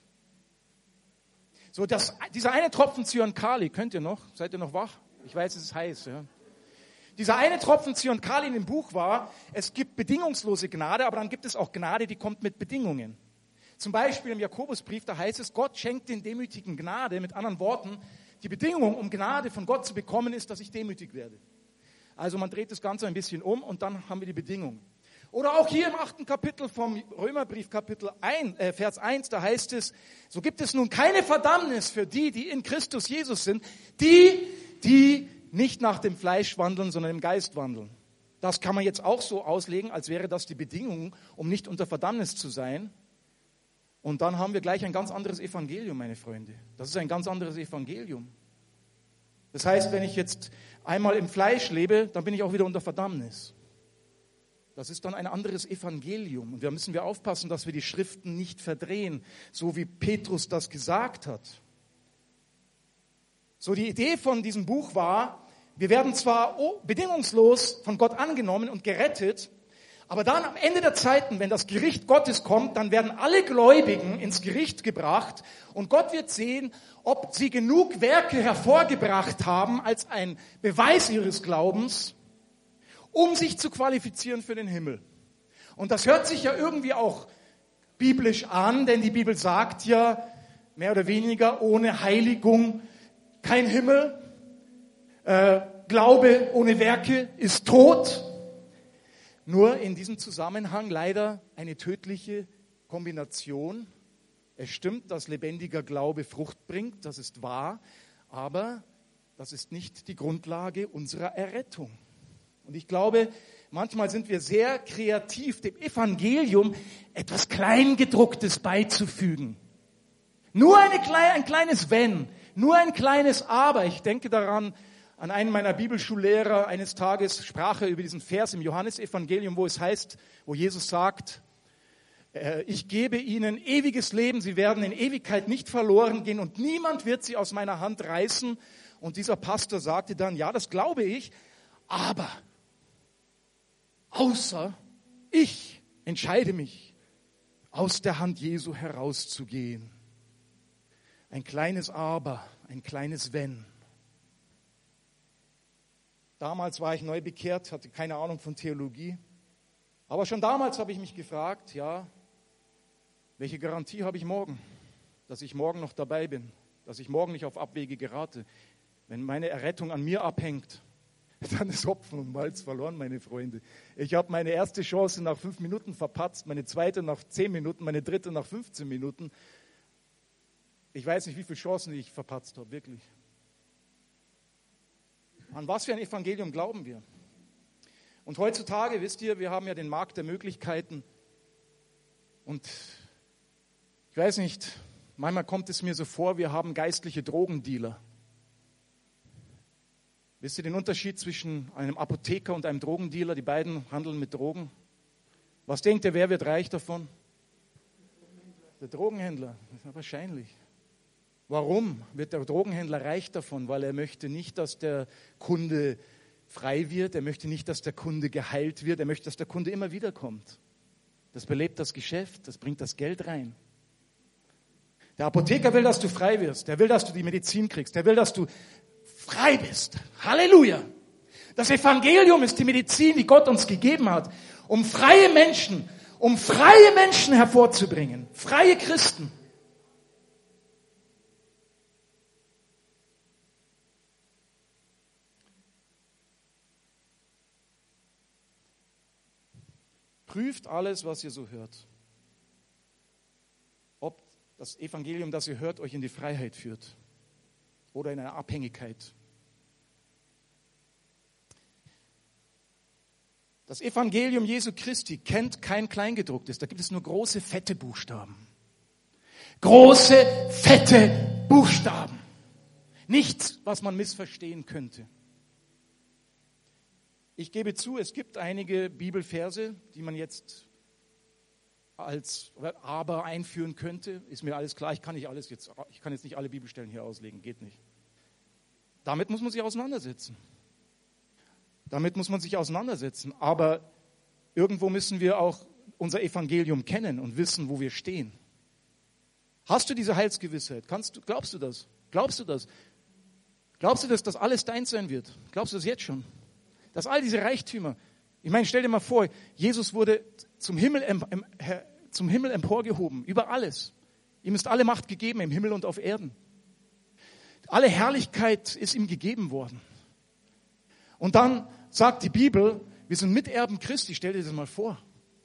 So, das, dieser eine Tropfen Cyankali, könnt ihr noch? Seid ihr noch wach? Ich weiß, es ist heiß, ja. Dieser eine Tropfen Cyankali in dem Buch war, es gibt bedingungslose Gnade, aber dann gibt es auch Gnade, die kommt mit Bedingungen. Zum Beispiel im Jakobusbrief, da heißt es, Gott schenkt den Demütigen Gnade. Mit anderen Worten, die Bedingung, um Gnade von Gott zu bekommen, ist, dass ich demütig werde. Also man dreht das Ganze ein bisschen um und dann haben wir die Bedingung. Oder auch hier im achten Kapitel vom Römerbrief, Kapitel eins, äh, Vers eins, da heißt es, so gibt es nun keine Verdammnis für die, die in Christus Jesus sind, die, die nicht nach dem Fleisch wandeln, sondern im Geist wandeln. Das kann man jetzt auch so auslegen, als wäre das die Bedingung, um nicht unter Verdammnis zu sein. Und dann haben wir gleich ein ganz anderes Evangelium, meine Freunde. Das ist ein ganz anderes Evangelium. Das heißt, wenn ich jetzt einmal im Fleisch lebe, dann bin ich auch wieder unter Verdammnis. Das ist dann ein anderes Evangelium. Und da müssen wir aufpassen, dass wir die Schriften nicht verdrehen, so wie Petrus das gesagt hat. So, die Idee von diesem Buch war, Wir werden zwar bedingungslos von Gott angenommen und gerettet, aber dann am Ende der Zeiten, wenn das Gericht Gottes kommt, dann werden alle Gläubigen ins Gericht gebracht und Gott wird sehen, ob sie genug Werke hervorgebracht haben als ein Beweis ihres Glaubens, um sich zu qualifizieren für den Himmel. Und das hört sich ja irgendwie auch biblisch an, denn die Bibel sagt ja mehr oder weniger, ohne Heiligung kein Himmel. Äh, Glaube ohne Werke ist tot. Nur in diesem Zusammenhang leider eine tödliche Kombination. Es stimmt, dass lebendiger Glaube Frucht bringt, das ist wahr, aber das ist nicht die Grundlage unserer Errettung. Und ich glaube, manchmal sind wir sehr kreativ, dem Evangelium etwas Kleingedrucktes beizufügen. Nur eine, ein kleines Wenn, nur ein kleines Aber. Ich denke daran, an einen meiner Bibelschullehrer, eines Tages sprach er über diesen Vers im Johannesevangelium, wo es heißt, wo Jesus sagt, ich gebe ihnen ewiges Leben, sie werden in Ewigkeit nicht verloren gehen und niemand wird sie aus meiner Hand reißen. Und dieser Pastor sagte dann, ja, das glaube ich, aber außer ich entscheide mich, aus der Hand Jesu herauszugehen. Ein kleines Aber, ein kleines Wenn. Damals war ich neu bekehrt, hatte keine Ahnung von Theologie. Aber schon damals habe ich mich gefragt, ja, welche Garantie habe ich morgen, dass ich morgen noch dabei bin, dass ich morgen nicht auf Abwege gerate. Wenn meine Errettung an mir abhängt, dann ist Hopfen und Malz verloren, meine Freunde. Ich habe meine erste Chance nach fünf Minuten verpatzt, meine zweite nach zehn Minuten, meine dritte nach fünfzehn Minuten. Ich weiß nicht, wie viele Chancen ich verpatzt habe, wirklich. An was für ein Evangelium glauben wir? Und heutzutage, wisst ihr, wir haben ja den Markt der Möglichkeiten. Und ich weiß nicht, manchmal kommt es mir so vor, wir haben geistliche Drogendealer. Wisst ihr den Unterschied zwischen einem Apotheker und einem Drogendealer? Die beiden handeln mit Drogen. Was denkt ihr, wer wird reich davon? Der Drogenhändler, ja, wahrscheinlich. Warum wird der Drogenhändler reich davon? Weil er möchte nicht, dass der Kunde frei wird, er möchte nicht, dass der Kunde geheilt wird, er möchte, dass der Kunde immer wieder kommt. Das belebt das Geschäft, das bringt das Geld rein. Der Apotheker will, dass du frei wirst, der will, dass du die Medizin kriegst, der will, dass du frei bist. Halleluja! Das Evangelium ist die Medizin, die Gott uns gegeben hat, um freie Menschen, um freie Menschen hervorzubringen, freie Christen. Prüft alles, was ihr so hört. Ob das Evangelium, das ihr hört, euch in die Freiheit führt oder in eine Abhängigkeit. Das Evangelium Jesu Christi kennt kein Kleingedrucktes, da gibt es nur große, fette Buchstaben. Große, fette Buchstaben. Nichts, was man missverstehen könnte. Ich gebe zu, es gibt einige Bibelverse, die man jetzt als Aber einführen könnte. Ist mir alles klar, ich kann nicht alles jetzt, ich kann jetzt nicht alle Bibelstellen hier auslegen, geht nicht. Damit muss man sich auseinandersetzen. Damit muss man sich auseinandersetzen. Aber irgendwo müssen wir auch unser Evangelium kennen und wissen, wo wir stehen. Hast du diese Heilsgewissheit? Kannst du, glaubst du das? Glaubst du das? Glaubst du, dass das alles dein sein wird? Glaubst du das jetzt schon? Dass all diese Reichtümer, ich meine, stell dir mal vor, Jesus wurde zum Himmel, zum Himmel emporgehoben, über alles. Ihm ist alle Macht gegeben, im Himmel und auf Erden. Alle Herrlichkeit ist ihm gegeben worden. Und dann sagt die Bibel, wir sind Miterben Christi, stell dir das mal vor.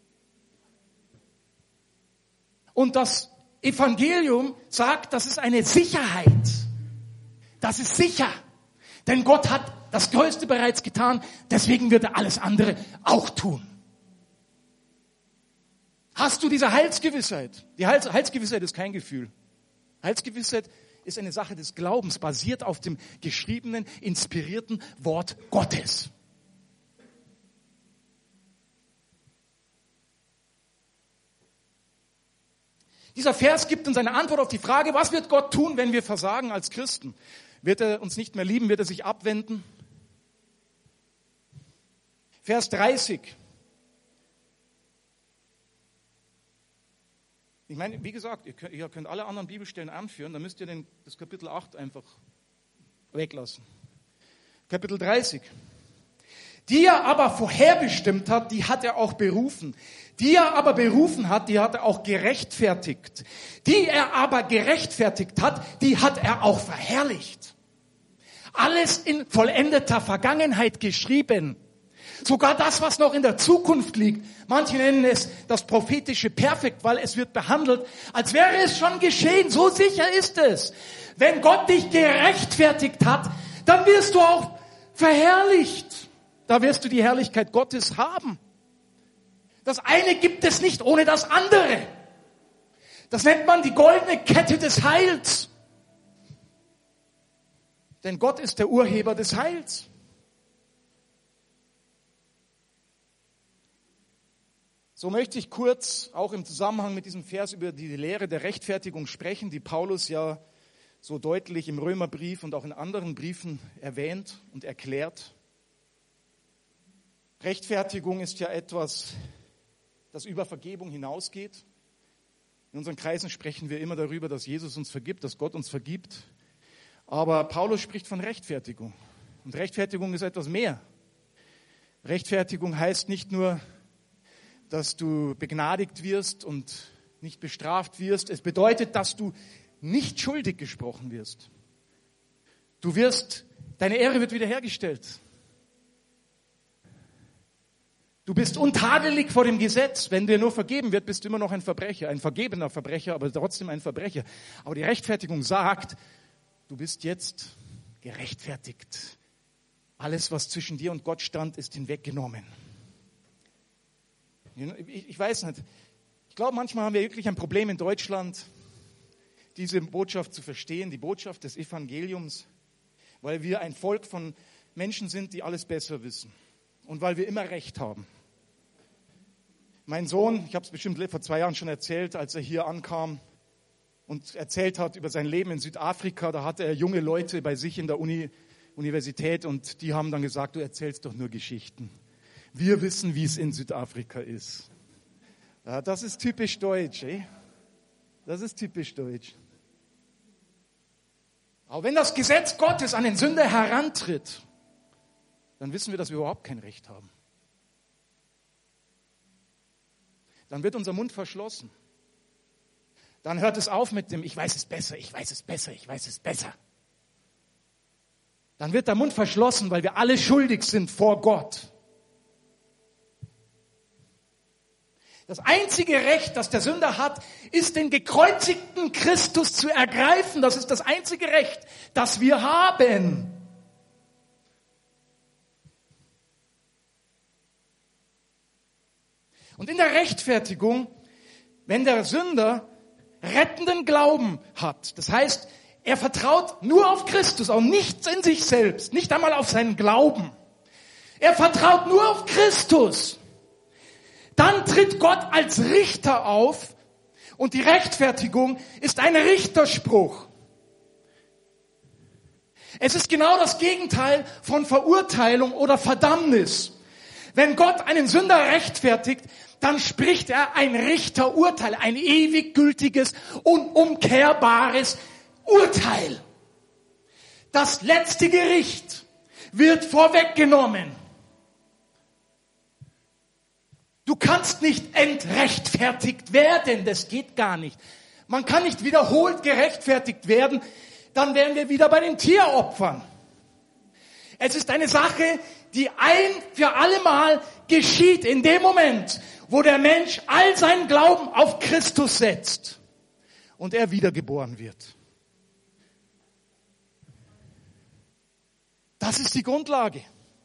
Und das Evangelium sagt, das ist eine Sicherheit. Das ist sicher. Denn Gott hat das Größte bereits getan, deswegen wird er alles andere auch tun. Hast du diese Heilsgewissheit? Die Heils- Heilsgewissheit ist kein Gefühl. Heilsgewissheit ist eine Sache des Glaubens, basiert auf dem geschriebenen, inspirierten Wort Gottes. Dieser Vers gibt uns eine Antwort auf die Frage, was wird Gott tun, wenn wir versagen als Christen? Wird er uns nicht mehr lieben? Wird er sich abwenden? Vers dreißig. Ich meine, wie gesagt, ihr könnt, ihr könnt alle anderen Bibelstellen anführen, dann müsst ihr den, das Kapitel acht einfach weglassen. Kapitel dreißig. Die er aber vorherbestimmt hat, die hat er auch berufen. Die er aber berufen hat, die hat er auch gerechtfertigt. Die er aber gerechtfertigt hat, die hat er auch verherrlicht. Alles in vollendeter Vergangenheit geschrieben. Sogar das, was noch in der Zukunft liegt. Manche nennen es das prophetische Perfekt, weil es wird behandelt, als wäre es schon geschehen. So sicher ist es. Wenn Gott dich gerechtfertigt hat, dann wirst du auch verherrlicht. Da wirst du die Herrlichkeit Gottes haben. Das eine gibt es nicht ohne das andere. Das nennt man die goldene Kette des Heils. Denn Gott ist der Urheber des Heils. So möchte ich kurz auch im Zusammenhang mit diesem Vers über die Lehre der Rechtfertigung sprechen, die Paulus ja so deutlich im Römerbrief und auch in anderen Briefen erwähnt und erklärt. Rechtfertigung ist ja etwas, das über Vergebung hinausgeht. In unseren Kreisen sprechen wir immer darüber, dass Jesus uns vergibt, dass Gott uns vergibt. Aber Paulus spricht von Rechtfertigung. Und Rechtfertigung ist etwas mehr. Rechtfertigung heißt nicht nur, dass du begnadigt wirst und nicht bestraft wirst. Es bedeutet, dass du nicht schuldig gesprochen wirst. Du wirst, deine Ehre wird wiederhergestellt. Du bist untadelig vor dem Gesetz. Wenn dir nur vergeben wird, bist du immer noch ein Verbrecher. Ein vergebener Verbrecher, aber trotzdem ein Verbrecher. Aber die Rechtfertigung sagt, du bist jetzt gerechtfertigt. Alles, was zwischen dir und Gott stand, ist hinweggenommen. Ich, ich weiß nicht. Ich glaube, manchmal haben wir wirklich ein Problem in Deutschland, diese Botschaft zu verstehen, die Botschaft des Evangeliums, weil wir ein Volk von Menschen sind, die alles besser wissen und weil wir immer Recht haben. Mein Sohn, ich habe es bestimmt vor zwei Jahren schon erzählt, als er hier ankam und erzählt hat über sein Leben in Südafrika, da hatte er junge Leute bei sich in der Uni, Universität und die haben dann gesagt, du erzählst doch nur Geschichten. Wir wissen, wie es in Südafrika ist. Ja, das ist typisch deutsch, eh? Das ist typisch deutsch. Aber wenn das Gesetz Gottes an den Sünder herantritt, dann wissen wir, dass wir überhaupt kein Recht haben. Dann wird unser Mund verschlossen. Dann hört es auf mit dem, ich weiß es besser, ich weiß es besser, ich weiß es besser. Dann wird der Mund verschlossen, weil wir alle schuldig sind vor Gott. Das einzige Recht, das der Sünder hat, ist den gekreuzigten Christus zu ergreifen. Das ist das einzige Recht, das wir haben. Und in der Rechtfertigung, wenn der Sünder rettenden Glauben hat, das heißt, er vertraut nur auf Christus, auch nichts in sich selbst, nicht einmal auf seinen Glauben. Er vertraut nur auf Christus. Dann tritt Gott als Richter auf und die Rechtfertigung ist ein Richterspruch. Es ist genau das Gegenteil von Verurteilung oder Verdammnis. Wenn Gott einen Sünder rechtfertigt, dann spricht er ein Richterurteil, ein ewig gültiges, unumkehrbares Urteil. Das letzte Gericht wird vorweggenommen. Du kannst nicht entrechtfertigt werden, das geht gar nicht. Man kann nicht wiederholt gerechtfertigt werden, dann wären wir wieder bei den Tieropfern. Es ist eine Sache, die ein für alle Mal geschieht in dem Moment, wo der Mensch all seinen Glauben auf Christus setzt und er wiedergeboren wird. Das ist die Grundlage.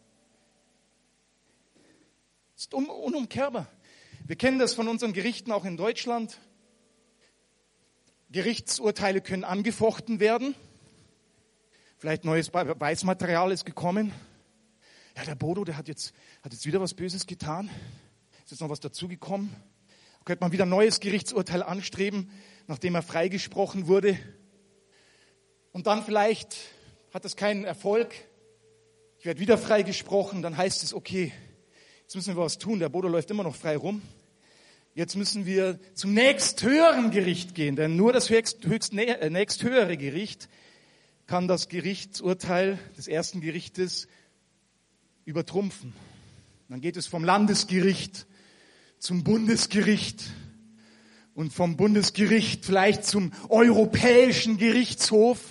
Das ist unumkehrbar. Wir kennen das von unseren Gerichten auch in Deutschland. Gerichtsurteile können angefochten werden. Vielleicht neues Beweismaterial ist gekommen. Ja, der Bodo, der hat jetzt, hat jetzt wieder was Böses getan. Ist jetzt noch was dazugekommen. Da könnte man wieder ein neues Gerichtsurteil anstreben, nachdem er freigesprochen wurde. Und dann vielleicht hat das keinen Erfolg. Ich werde wieder freigesprochen. Dann heißt es, okay, Jetzt müssen wir was tun. Der Bodo läuft immer noch frei rum. Jetzt müssen wir zum nächsthöheren Gericht gehen, denn nur das höchst, höchst, nächsthöhere Gericht kann das Gerichtsurteil des ersten Gerichtes übertrumpfen. Dann geht es vom Landesgericht zum Bundesgericht und vom Bundesgericht vielleicht zum Europäischen Gerichtshof.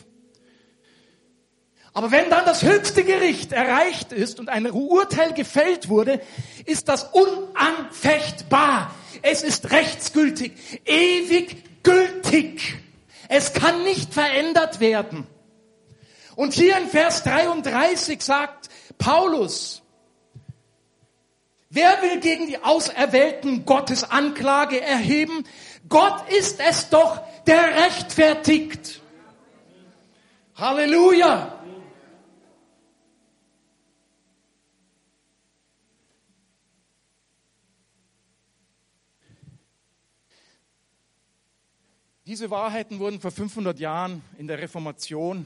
Aber wenn dann das höchste Gericht erreicht ist und ein Urteil gefällt wurde, ist das unanfechtbar. Es ist rechtsgültig, ewig gültig. Es kann nicht verändert werden. Und hier in Vers dreiunddreißig sagt Paulus, wer will gegen die Auserwählten Gottes Anklage erheben? Gott ist es doch, der rechtfertigt. Halleluja! Diese Wahrheiten wurden vor fünfhundert Jahren in der Reformation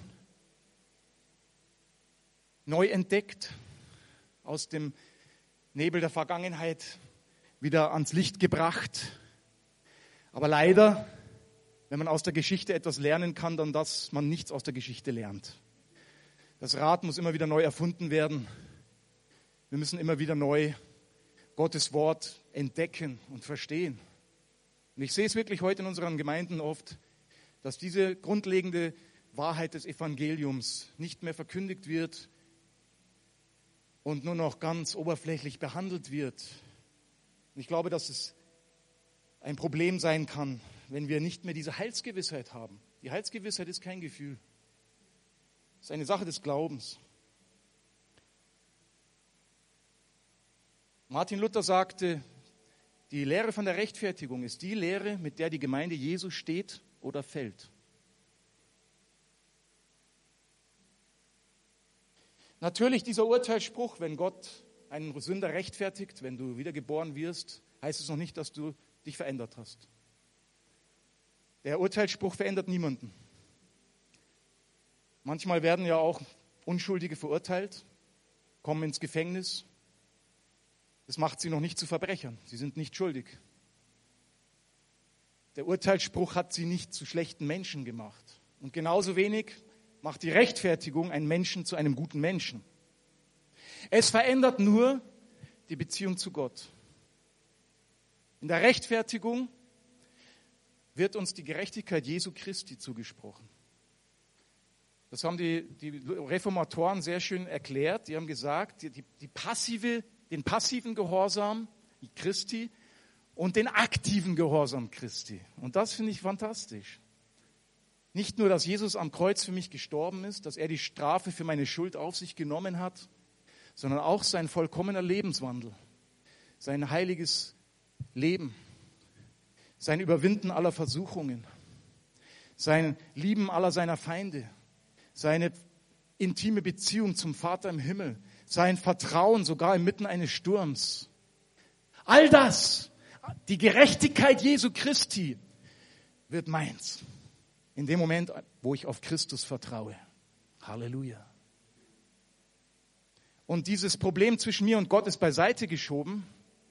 neu entdeckt, aus dem Nebel der Vergangenheit wieder ans Licht gebracht. Aber leider, wenn man aus der Geschichte etwas lernen kann, dann dass man nichts aus der Geschichte lernt. Das Rad muss immer wieder neu erfunden werden. Wir müssen immer wieder neu Gottes Wort entdecken und verstehen. Und ich sehe es wirklich heute in unseren Gemeinden oft, dass diese grundlegende Wahrheit des Evangeliums nicht mehr verkündigt wird und nur noch ganz oberflächlich behandelt wird. Und ich glaube, dass es ein Problem sein kann, wenn wir nicht mehr diese Heilsgewissheit haben. Die Heilsgewissheit ist kein Gefühl. Es ist eine Sache des Glaubens. Martin Luther sagte, die Lehre von der Rechtfertigung ist die Lehre, mit der die Gemeinde Jesu steht oder fällt. Natürlich dieser Urteilsspruch, wenn Gott einen Sünder rechtfertigt, wenn du wiedergeboren wirst, heißt es noch nicht, dass du dich verändert hast. Der Urteilsspruch verändert niemanden. Manchmal werden ja auch Unschuldige verurteilt, kommen ins Gefängnis. Das macht sie noch nicht zu Verbrechern. Sie sind nicht schuldig. Der Urteilsspruch hat sie nicht zu schlechten Menschen gemacht. Und genauso wenig macht die Rechtfertigung einen Menschen zu einem guten Menschen. Es verändert nur die Beziehung zu Gott. In der Rechtfertigung wird uns die Gerechtigkeit Jesu Christi zugesprochen. Das haben die, die Reformatoren sehr schön erklärt. Die haben gesagt, die, die passive, den passiven Gehorsam Christi und den aktiven Gehorsam Christi. Und das finde ich fantastisch. Nicht nur, dass Jesus am Kreuz für mich gestorben ist, dass er die Strafe für meine Schuld auf sich genommen hat, sondern auch sein vollkommener Lebenswandel, sein heiliges Leben, sein Überwinden aller Versuchungen, sein Lieben aller seiner Feinde, seine intime Beziehung zum Vater im Himmel, sein Vertrauen sogar inmitten eines Sturms. All das, die Gerechtigkeit Jesu Christi, wird meins. In dem Moment, wo ich auf Christus vertraue. Halleluja. Und dieses Problem zwischen mir und Gott ist beiseite geschoben.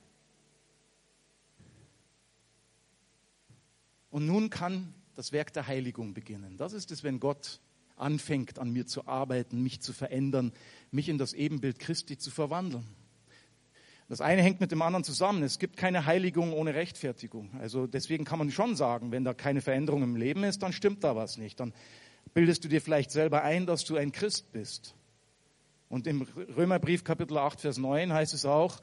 Und nun kann das Werk der Heiligung beginnen. Das ist es, wenn Gott anfängt, an mir zu arbeiten, mich zu verändern, mich in das Ebenbild Christi zu verwandeln. Das eine hängt mit dem anderen zusammen. Es gibt keine Heiligung ohne Rechtfertigung. Also deswegen kann man schon sagen, wenn da keine Veränderung im Leben ist, dann stimmt da was nicht. Dann bildest du dir vielleicht selber ein, dass du ein Christ bist. Und im Römerbrief Kapitel acht, Vers neun heißt es auch,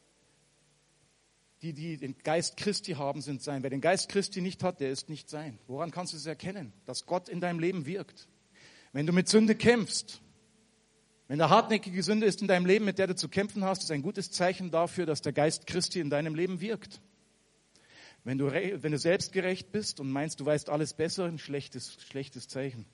die, die den Geist Christi haben, sind sein. Wer den Geist Christi nicht hat, der ist nicht sein. Woran kannst du es erkennen? Dass Gott in deinem Leben wirkt. Wenn du mit Sünde kämpfst, wenn da hartnäckige Sünde ist in deinem Leben, mit der du zu kämpfen hast, ist ein gutes Zeichen dafür, dass der Geist Christi in deinem Leben wirkt. Wenn du, wenn du selbstgerecht bist und meinst, du weißt alles besser, ein schlechtes, schlechtes Zeichen.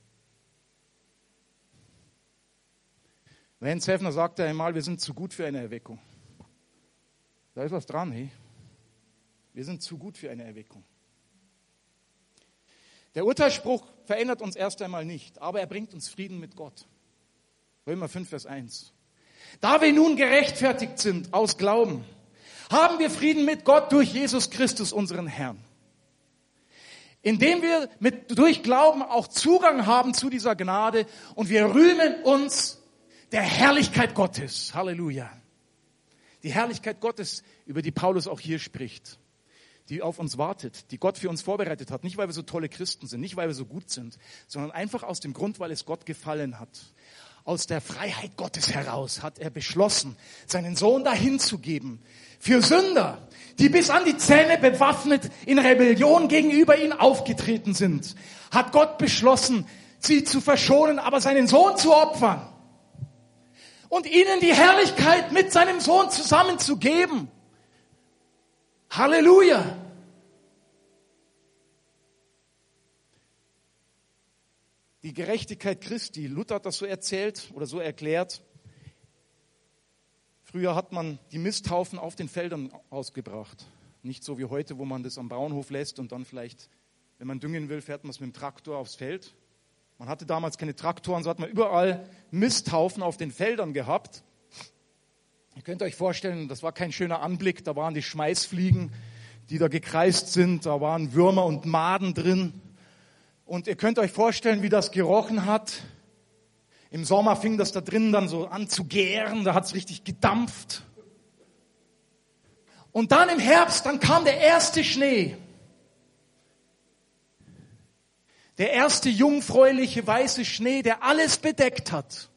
Vance Havner sagte einmal, wir sind zu gut für eine Erweckung. Da ist was dran, hey. Wir sind zu gut für eine Erweckung. Der Urteilsspruch verändert uns erst einmal nicht, aber er bringt uns Frieden mit Gott. Römer fünf, Vers eins. Da wir nun gerechtfertigt sind aus Glauben, haben wir Frieden mit Gott durch Jesus Christus, unseren Herrn. Indem wir mit, durch Glauben auch Zugang haben zu dieser Gnade und wir rühmen uns der Herrlichkeit Gottes. Halleluja. Die Herrlichkeit Gottes, über die Paulus auch hier spricht, die auf uns wartet, die Gott für uns vorbereitet hat. Nicht, weil wir so tolle Christen sind, nicht, weil wir so gut sind, sondern einfach aus dem Grund, weil es Gott gefallen hat. Aus der Freiheit Gottes heraus hat er beschlossen, seinen Sohn dahin zu geben. Für Sünder, die bis an die Zähne bewaffnet in Rebellion gegenüber ihm aufgetreten sind, hat Gott beschlossen, sie zu verschonen, aber seinen Sohn zu opfern. Und ihnen die Herrlichkeit mit seinem Sohn zusammenzugeben. Halleluja! Die Gerechtigkeit Christi, Luther hat das so erzählt oder so erklärt. Früher hat man die Misthaufen auf den Feldern ausgebracht. Nicht so wie heute, wo man das am Bauernhof lässt und dann vielleicht, wenn man düngen will, fährt man es mit dem Traktor aufs Feld. Man hatte damals keine Traktoren, so hat man überall Misthaufen auf den Feldern gehabt. Ihr könnt euch vorstellen, das war kein schöner Anblick. Da waren die Schmeißfliegen, die da gekreist sind. Da waren Würmer und Maden drin. Und ihr könnt euch vorstellen, wie das gerochen hat. Im Sommer fing das da drin dann so an zu gären. Da hat es richtig gedampft. Und dann im Herbst, dann kam der erste Schnee. Der erste jungfräuliche weiße Schnee, der alles bedeckt hat.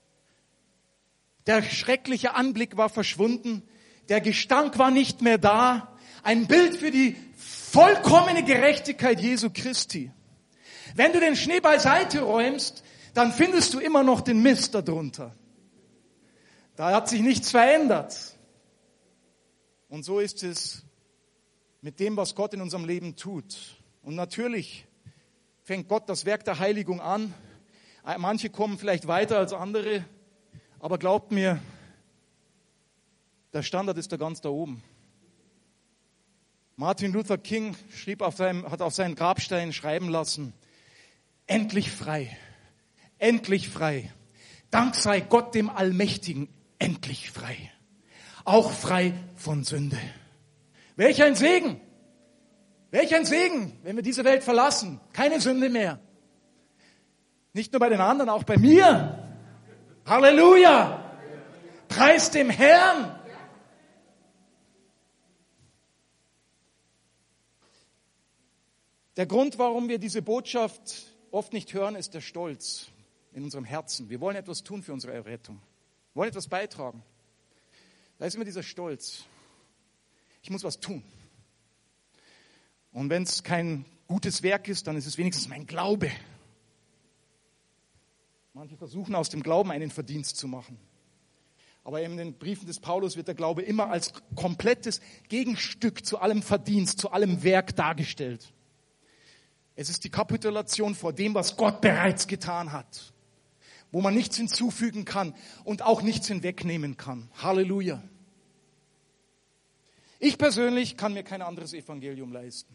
Der schreckliche Anblick war verschwunden. Der Gestank war nicht mehr da. Ein Bild für die vollkommene Gerechtigkeit Jesu Christi. Wenn du den Schnee beiseite räumst, dann findest du immer noch den Mist darunter. Da hat sich nichts verändert. Und so ist es mit dem, was Gott in unserem Leben tut. Und natürlich fängt Gott das Werk der Heiligung an. Manche kommen vielleicht weiter als andere, aber glaubt mir, der Standard ist da ganz da oben. Martin Luther King schrieb auf seinem, hat auf seinen Grabstein schreiben lassen, endlich frei, endlich frei. Dank sei Gott dem Allmächtigen, endlich frei. Auch frei von Sünde. Welch ein Segen! Welch ein Segen, wenn wir diese Welt verlassen. Keine Sünde mehr. Nicht nur bei den anderen, auch bei mir. Halleluja! Preis dem Herrn! Der Grund, warum wir diese Botschaft oft nicht hören, ist der Stolz in unserem Herzen. Wir wollen etwas tun für unsere Errettung. Wir wollen etwas beitragen. Da ist immer dieser Stolz. Ich muss was tun. Und wenn es kein gutes Werk ist, dann ist es wenigstens mein Glaube. Manche versuchen aus dem Glauben einen Verdienst zu machen. Aber in den Briefen des Paulus wird der Glaube immer als komplettes Gegenstück zu allem Verdienst, zu allem Werk dargestellt. Es ist die Kapitulation vor dem, was Gott bereits getan hat, wo man nichts hinzufügen kann und auch nichts hinwegnehmen kann. Halleluja. Ich persönlich kann mir kein anderes Evangelium leisten.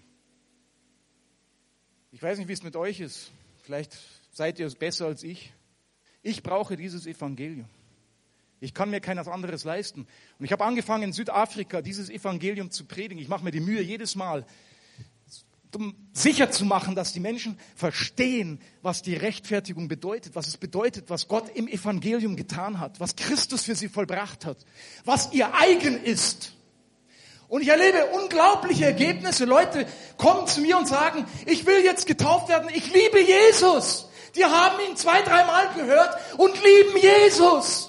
Ich weiß nicht, wie es mit euch ist. Vielleicht seid ihr es besser als ich. Ich brauche dieses Evangelium. Ich kann mir kein anderes leisten. Und ich habe angefangen, in Südafrika dieses Evangelium zu predigen. Ich mache mir die Mühe jedes Mal, um sicher zu machen, dass die Menschen verstehen, was die Rechtfertigung bedeutet, was es bedeutet, was Gott im Evangelium getan hat, was Christus für sie vollbracht hat, was ihr eigen ist. Und ich erlebe unglaubliche Ergebnisse. Leute kommen zu mir und sagen, ich will jetzt getauft werden, ich liebe Jesus. Die haben ihn zwei, dreimal gehört und lieben Jesus.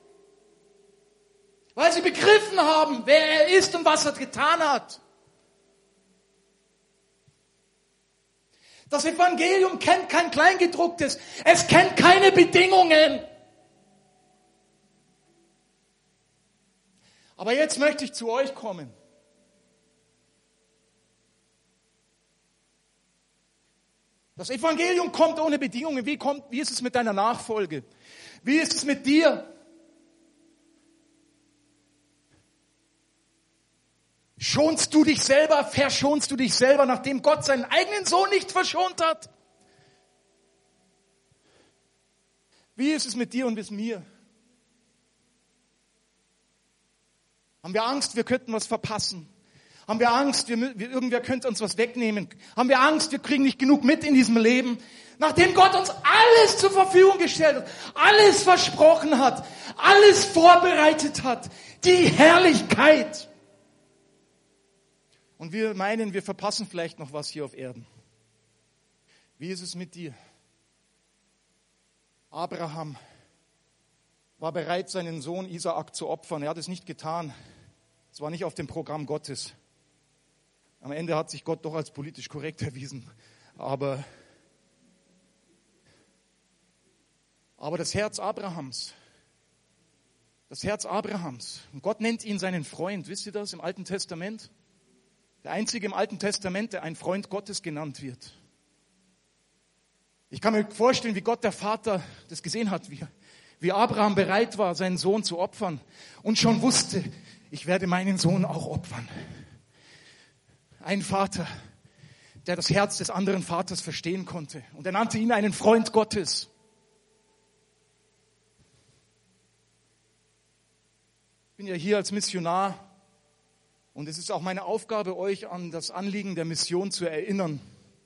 Weil sie begriffen haben, wer er ist und was er getan hat. Das Evangelium kennt kein Kleingedrucktes. Es kennt keine Bedingungen. Aber jetzt möchte ich zu euch kommen. Das Evangelium kommt ohne Bedingungen. Wie kommt, wie ist es mit deiner Nachfolge? Wie ist es mit dir? Schonst du dich selber, verschonst du dich selber, nachdem Gott seinen eigenen Sohn nicht verschont hat? Wie ist es mit dir und mit mir? Haben wir Angst, wir könnten was verpassen? Haben wir Angst, wir, wir, irgendwer könnte uns was wegnehmen? Haben wir Angst, wir kriegen nicht genug mit in diesem Leben? Nachdem Gott uns alles zur Verfügung gestellt hat, alles versprochen hat, alles vorbereitet hat, die Herrlichkeit. Und wir meinen, wir verpassen vielleicht noch was hier auf Erden. Wie ist es mit dir? Abraham war bereit, seinen Sohn Isaak zu opfern. Er hat es nicht getan. Es war nicht auf dem Programm Gottes. Am Ende hat sich Gott doch als politisch korrekt erwiesen. Aber, aber das Herz Abrahams, das Herz Abrahams, und Gott nennt ihn seinen Freund. Wisst ihr das im Alten Testament? Der einzige im Alten Testament, der ein Freund Gottes genannt wird. Ich kann mir vorstellen, wie Gott der Vater das gesehen hat, wie, wie Abraham bereit war, seinen Sohn zu opfern und schon wusste, ich werde meinen Sohn auch opfern. Ein Vater, der das Herz des anderen Vaters verstehen konnte. Und er nannte ihn einen Freund Gottes. Ich bin ja hier als Missionar und es ist auch meine Aufgabe, euch an das Anliegen der Mission zu erinnern.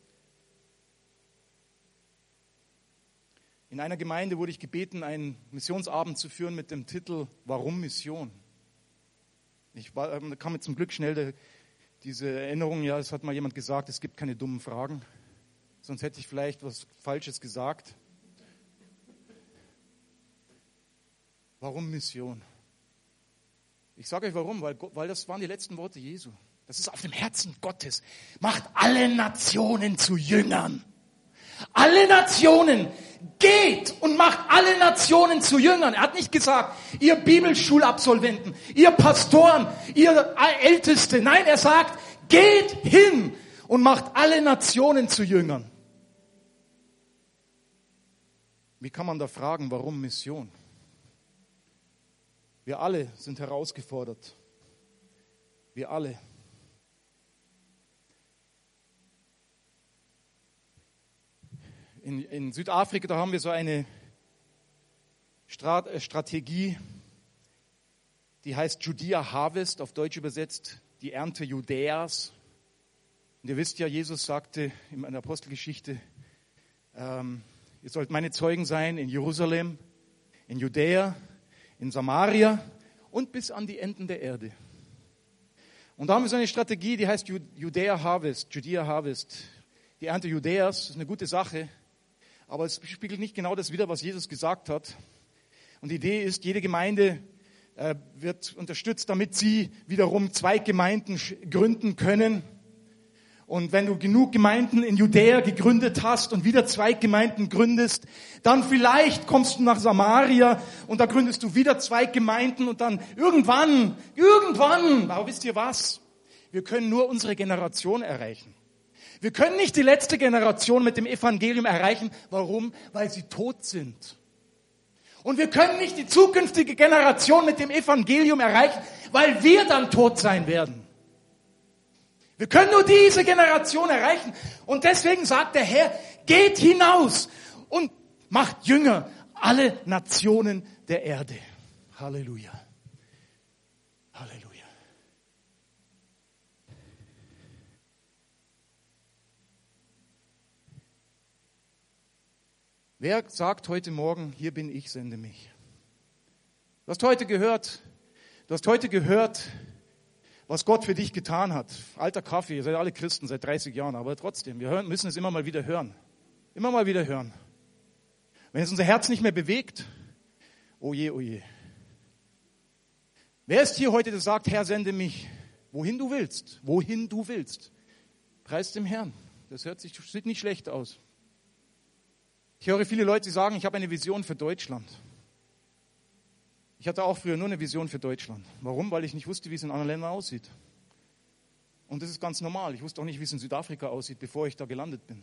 In einer Gemeinde wurde ich gebeten, einen Missionsabend zu führen mit dem Titel Warum Mission? Ich war, da kam mir zum Glück schnell der, diese Erinnerung, ja, es hat mal jemand gesagt, es gibt keine dummen Fragen. Sonst hätte ich vielleicht was Falsches gesagt. Warum Mission? Ich sage euch warum, weil, weil das waren die letzten Worte Jesu. Das ist auf dem Herzen Gottes. Macht alle Nationen zu Jüngern. Alle Nationen, geht und macht alle Nationen zu Jüngern. Er hat nicht gesagt, ihr Bibelschulabsolventen, ihr Pastoren, ihr Älteste. Nein, er sagt, geht hin und macht alle Nationen zu Jüngern. Wie kann man da fragen, warum Mission? Wir alle sind herausgefordert. Wir alle. In, in Südafrika, da haben wir so eine Strat- Strategie, die heißt Judea Harvest, auf Deutsch übersetzt, die Ernte Judäas. Und ihr wisst ja, Jesus sagte in der Apostelgeschichte, ähm, ihr sollt meine Zeugen sein in Jerusalem, in Judäa, in Samaria und bis an die Enden der Erde. Und da haben wir so eine Strategie, die heißt Judea Harvest, Judea Harvest. Die Ernte Judäas ist eine gute Sache, aber es spiegelt nicht genau das wider, was Jesus gesagt hat. Und die Idee ist, jede Gemeinde äh, wird unterstützt, damit sie wiederum Zweiggemeinden gründen können. Und wenn du genug Gemeinden in Judäa gegründet hast und wieder Zweiggemeinden gründest, dann vielleicht kommst du nach Samaria und da gründest du wieder Zweiggemeinden und dann irgendwann, irgendwann, aber wisst ihr was? Wir können nur unsere Generation erreichen. Wir können nicht die letzte Generation mit dem Evangelium erreichen. Warum? Weil sie tot sind. Und wir können nicht die zukünftige Generation mit dem Evangelium erreichen, weil wir dann tot sein werden. Wir können nur diese Generation erreichen. Und deswegen sagt der Herr, geht hinaus und macht Jünger alle Nationen der Erde. Halleluja. Halleluja. Wer sagt heute Morgen, hier bin ich, sende mich? Du hast heute gehört, du hast heute gehört, was Gott für dich getan hat. Alter Kaffee, ihr seid alle Christen seit dreißig Jahren, aber trotzdem, wir hören, müssen es immer mal wieder hören. Immer mal wieder hören. Wenn es unser Herz nicht mehr bewegt, oh je, oh je. Wer ist hier heute, der sagt, Herr, sende mich, wohin du willst, wohin du willst? Preis dem Herrn. Das hört sich, sieht nicht schlecht aus. Ich höre viele Leute, die sagen, ich habe eine Vision für Deutschland. Ich hatte auch früher nur eine Vision für Deutschland. Warum? Weil ich nicht wusste, wie es in anderen Ländern aussieht. Und das ist ganz normal. Ich wusste auch nicht, wie es in Südafrika aussieht, bevor ich da gelandet bin.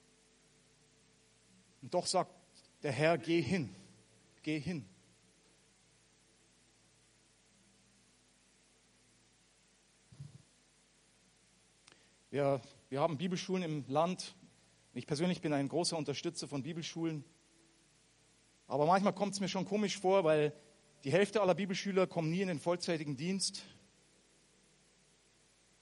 Und doch sagt der Herr, geh hin. Geh hin. Wir, wir haben Bibelschulen im Land. Ich persönlich bin ein großer Unterstützer von Bibelschulen. Aber manchmal kommt es mir schon komisch vor, weil die Hälfte aller Bibelschüler kommen nie in den vollzeitigen Dienst.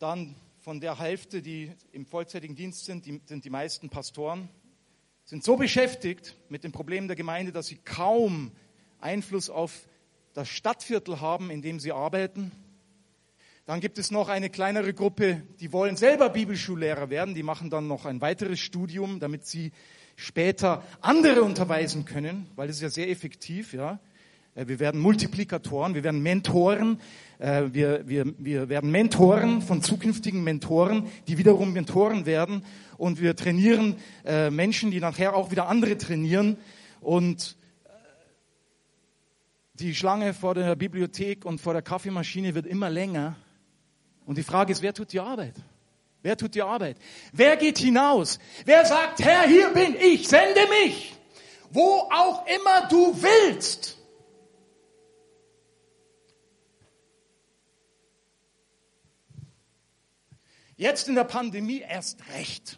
Dann von der Hälfte, die im vollzeitigen Dienst sind, die, sind die meisten Pastoren, sind so beschäftigt mit den Problemen der Gemeinde, dass sie kaum Einfluss auf das Stadtviertel haben, in dem sie arbeiten. Dann gibt es noch eine kleinere Gruppe, die wollen selber Bibelschullehrer werden. Die machen dann noch ein weiteres Studium, damit sie später andere unterweisen können, weil das ist ja sehr effektiv, ja. Wir werden Multiplikatoren, wir werden Mentoren, wir, wir, wir werden Mentoren von zukünftigen Mentoren, die wiederum Mentoren werden. Und wir trainieren Menschen, die nachher auch wieder andere trainieren. Und die Schlange vor der Bibliothek und vor der Kaffeemaschine wird immer länger. Und die Frage ist, wer tut die Arbeit? Wer tut die Arbeit? Wer geht hinaus? Wer sagt, Herr, hier bin ich, sende mich, wo auch immer du willst. Jetzt in der Pandemie erst recht.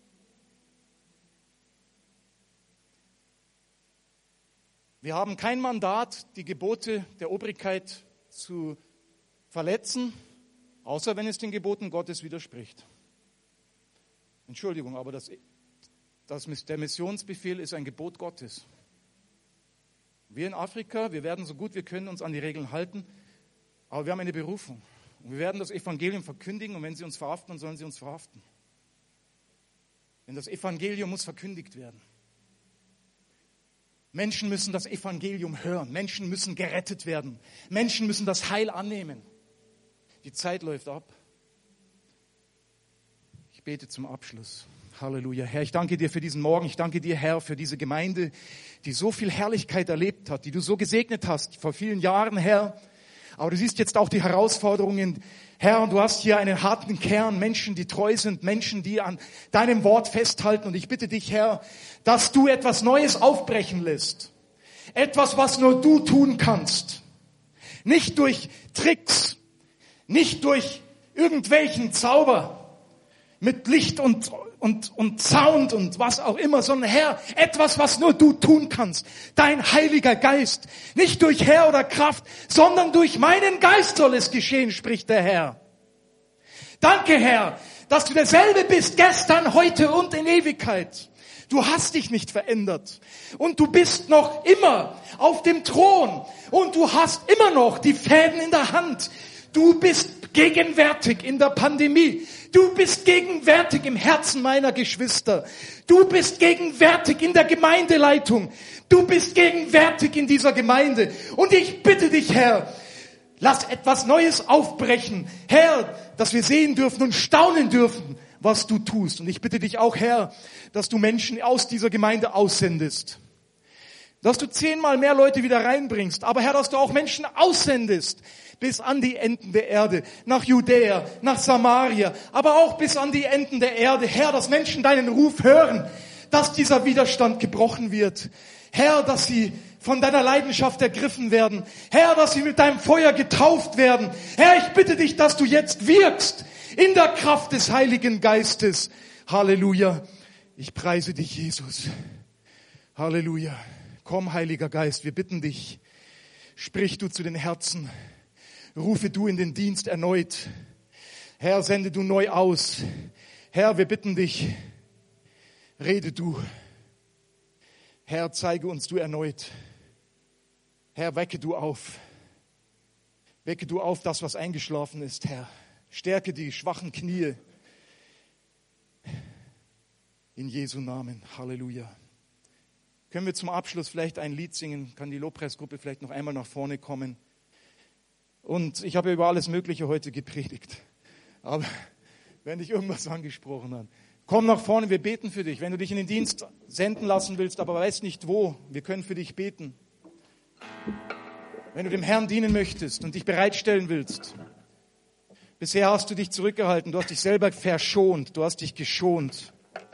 Wir haben kein Mandat, die Gebote der Obrigkeit zu verletzen, außer wenn es den Geboten Gottes widerspricht. Entschuldigung, aber das, das, der Missionsbefehl ist ein Gebot Gottes. Wir in Afrika, wir werden so gut wir können uns an die Regeln halten, aber wir haben eine Berufung. Und wir werden das Evangelium verkündigen und wenn sie uns verhaften, dann sollen sie uns verhaften. Denn das Evangelium muss verkündigt werden. Menschen müssen das Evangelium hören. Menschen müssen gerettet werden. Menschen müssen das Heil annehmen. Die Zeit läuft ab. Ich bete zum Abschluss. Halleluja. Herr, ich danke dir für diesen Morgen. Ich danke dir, Herr, für diese Gemeinde, die so viel Herrlichkeit erlebt hat, die du so gesegnet hast vor vielen Jahren, Herr. Aber du siehst jetzt auch die Herausforderungen. Herr, und du hast hier einen harten Kern, Menschen, die treu sind, Menschen, die an deinem Wort festhalten. Und ich bitte dich, Herr, dass du etwas Neues aufbrechen lässt. Etwas, was nur du tun kannst. Nicht durch Tricks, nicht durch irgendwelchen Zauber mit Licht und und und Sound und was auch immer, sondern Herr, etwas, was nur du tun kannst. Dein Heiliger Geist. Nicht durch Herr oder Kraft, sondern durch meinen Geist soll es geschehen, spricht der Herr. Danke, Herr, dass du derselbe bist, gestern, heute und in Ewigkeit. Du hast dich nicht verändert. Und du bist noch immer auf dem Thron. Und du hast immer noch die Fäden in der Hand. Du bist gegenwärtig in der Pandemie. Du bist gegenwärtig im Herzen meiner Geschwister. Du bist gegenwärtig in der Gemeindeleitung. Du bist gegenwärtig in dieser Gemeinde. Und ich bitte dich, Herr, lass etwas Neues aufbrechen. Herr, dass wir sehen dürfen und staunen dürfen, was du tust. Und ich bitte dich auch, Herr, dass du Menschen aus dieser Gemeinde aussendest. Dass du zehnmal mehr Leute wieder reinbringst. Aber Herr, dass du auch Menschen aussendest. Bis an die Enden der Erde, nach Judäa, nach Samaria, aber auch bis an die Enden der Erde. Herr, dass Menschen deinen Ruf hören, dass dieser Widerstand gebrochen wird. Herr, dass sie von deiner Leidenschaft ergriffen werden. Herr, dass sie mit deinem Feuer getauft werden. Herr, ich bitte dich, dass du jetzt wirkst in der Kraft des Heiligen Geistes. Halleluja. Ich preise dich, Jesus. Halleluja. Komm, Heiliger Geist, wir bitten dich. Sprich du zu den Herzen. Rufe du in den Dienst erneut. Herr, sende du neu aus. Herr, wir bitten dich, rede du. Herr, zeige uns du erneut. Herr, wecke du auf. Wecke du auf das, was eingeschlafen ist, Herr. Stärke die schwachen Knie. In Jesu Namen. Halleluja. Können wir zum Abschluss vielleicht ein Lied singen? Kann die Lobpreisgruppe vielleicht noch einmal nach vorne kommen? Und ich habe über alles Mögliche heute gepredigt. Aber wenn dich irgendwas angesprochen hat, komm nach vorne, wir beten für dich. Wenn du dich in den Dienst senden lassen willst, aber weißt nicht wo, wir können für dich beten. Wenn du dem Herrn dienen möchtest und dich bereitstellen willst. Bisher hast du dich zurückgehalten, du hast dich selber verschont, du hast dich geschont.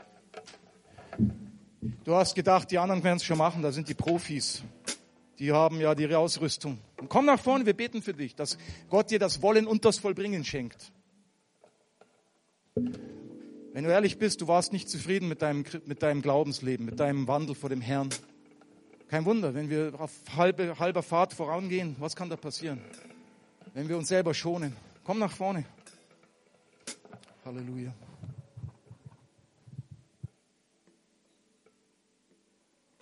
Du hast gedacht, die anderen werden es schon machen, da sind die Profis. Die haben ja ihre Ausrüstung. Und komm nach vorne, wir beten für dich, dass Gott dir das Wollen und das Vollbringen schenkt. Wenn du ehrlich bist, du warst nicht zufrieden mit deinem, mit deinem Glaubensleben, mit deinem Wandel vor dem Herrn. Kein Wunder, wenn wir auf halbe, halber Fahrt vorangehen, was kann da passieren? Wenn wir uns selber schonen. Komm nach vorne. Halleluja.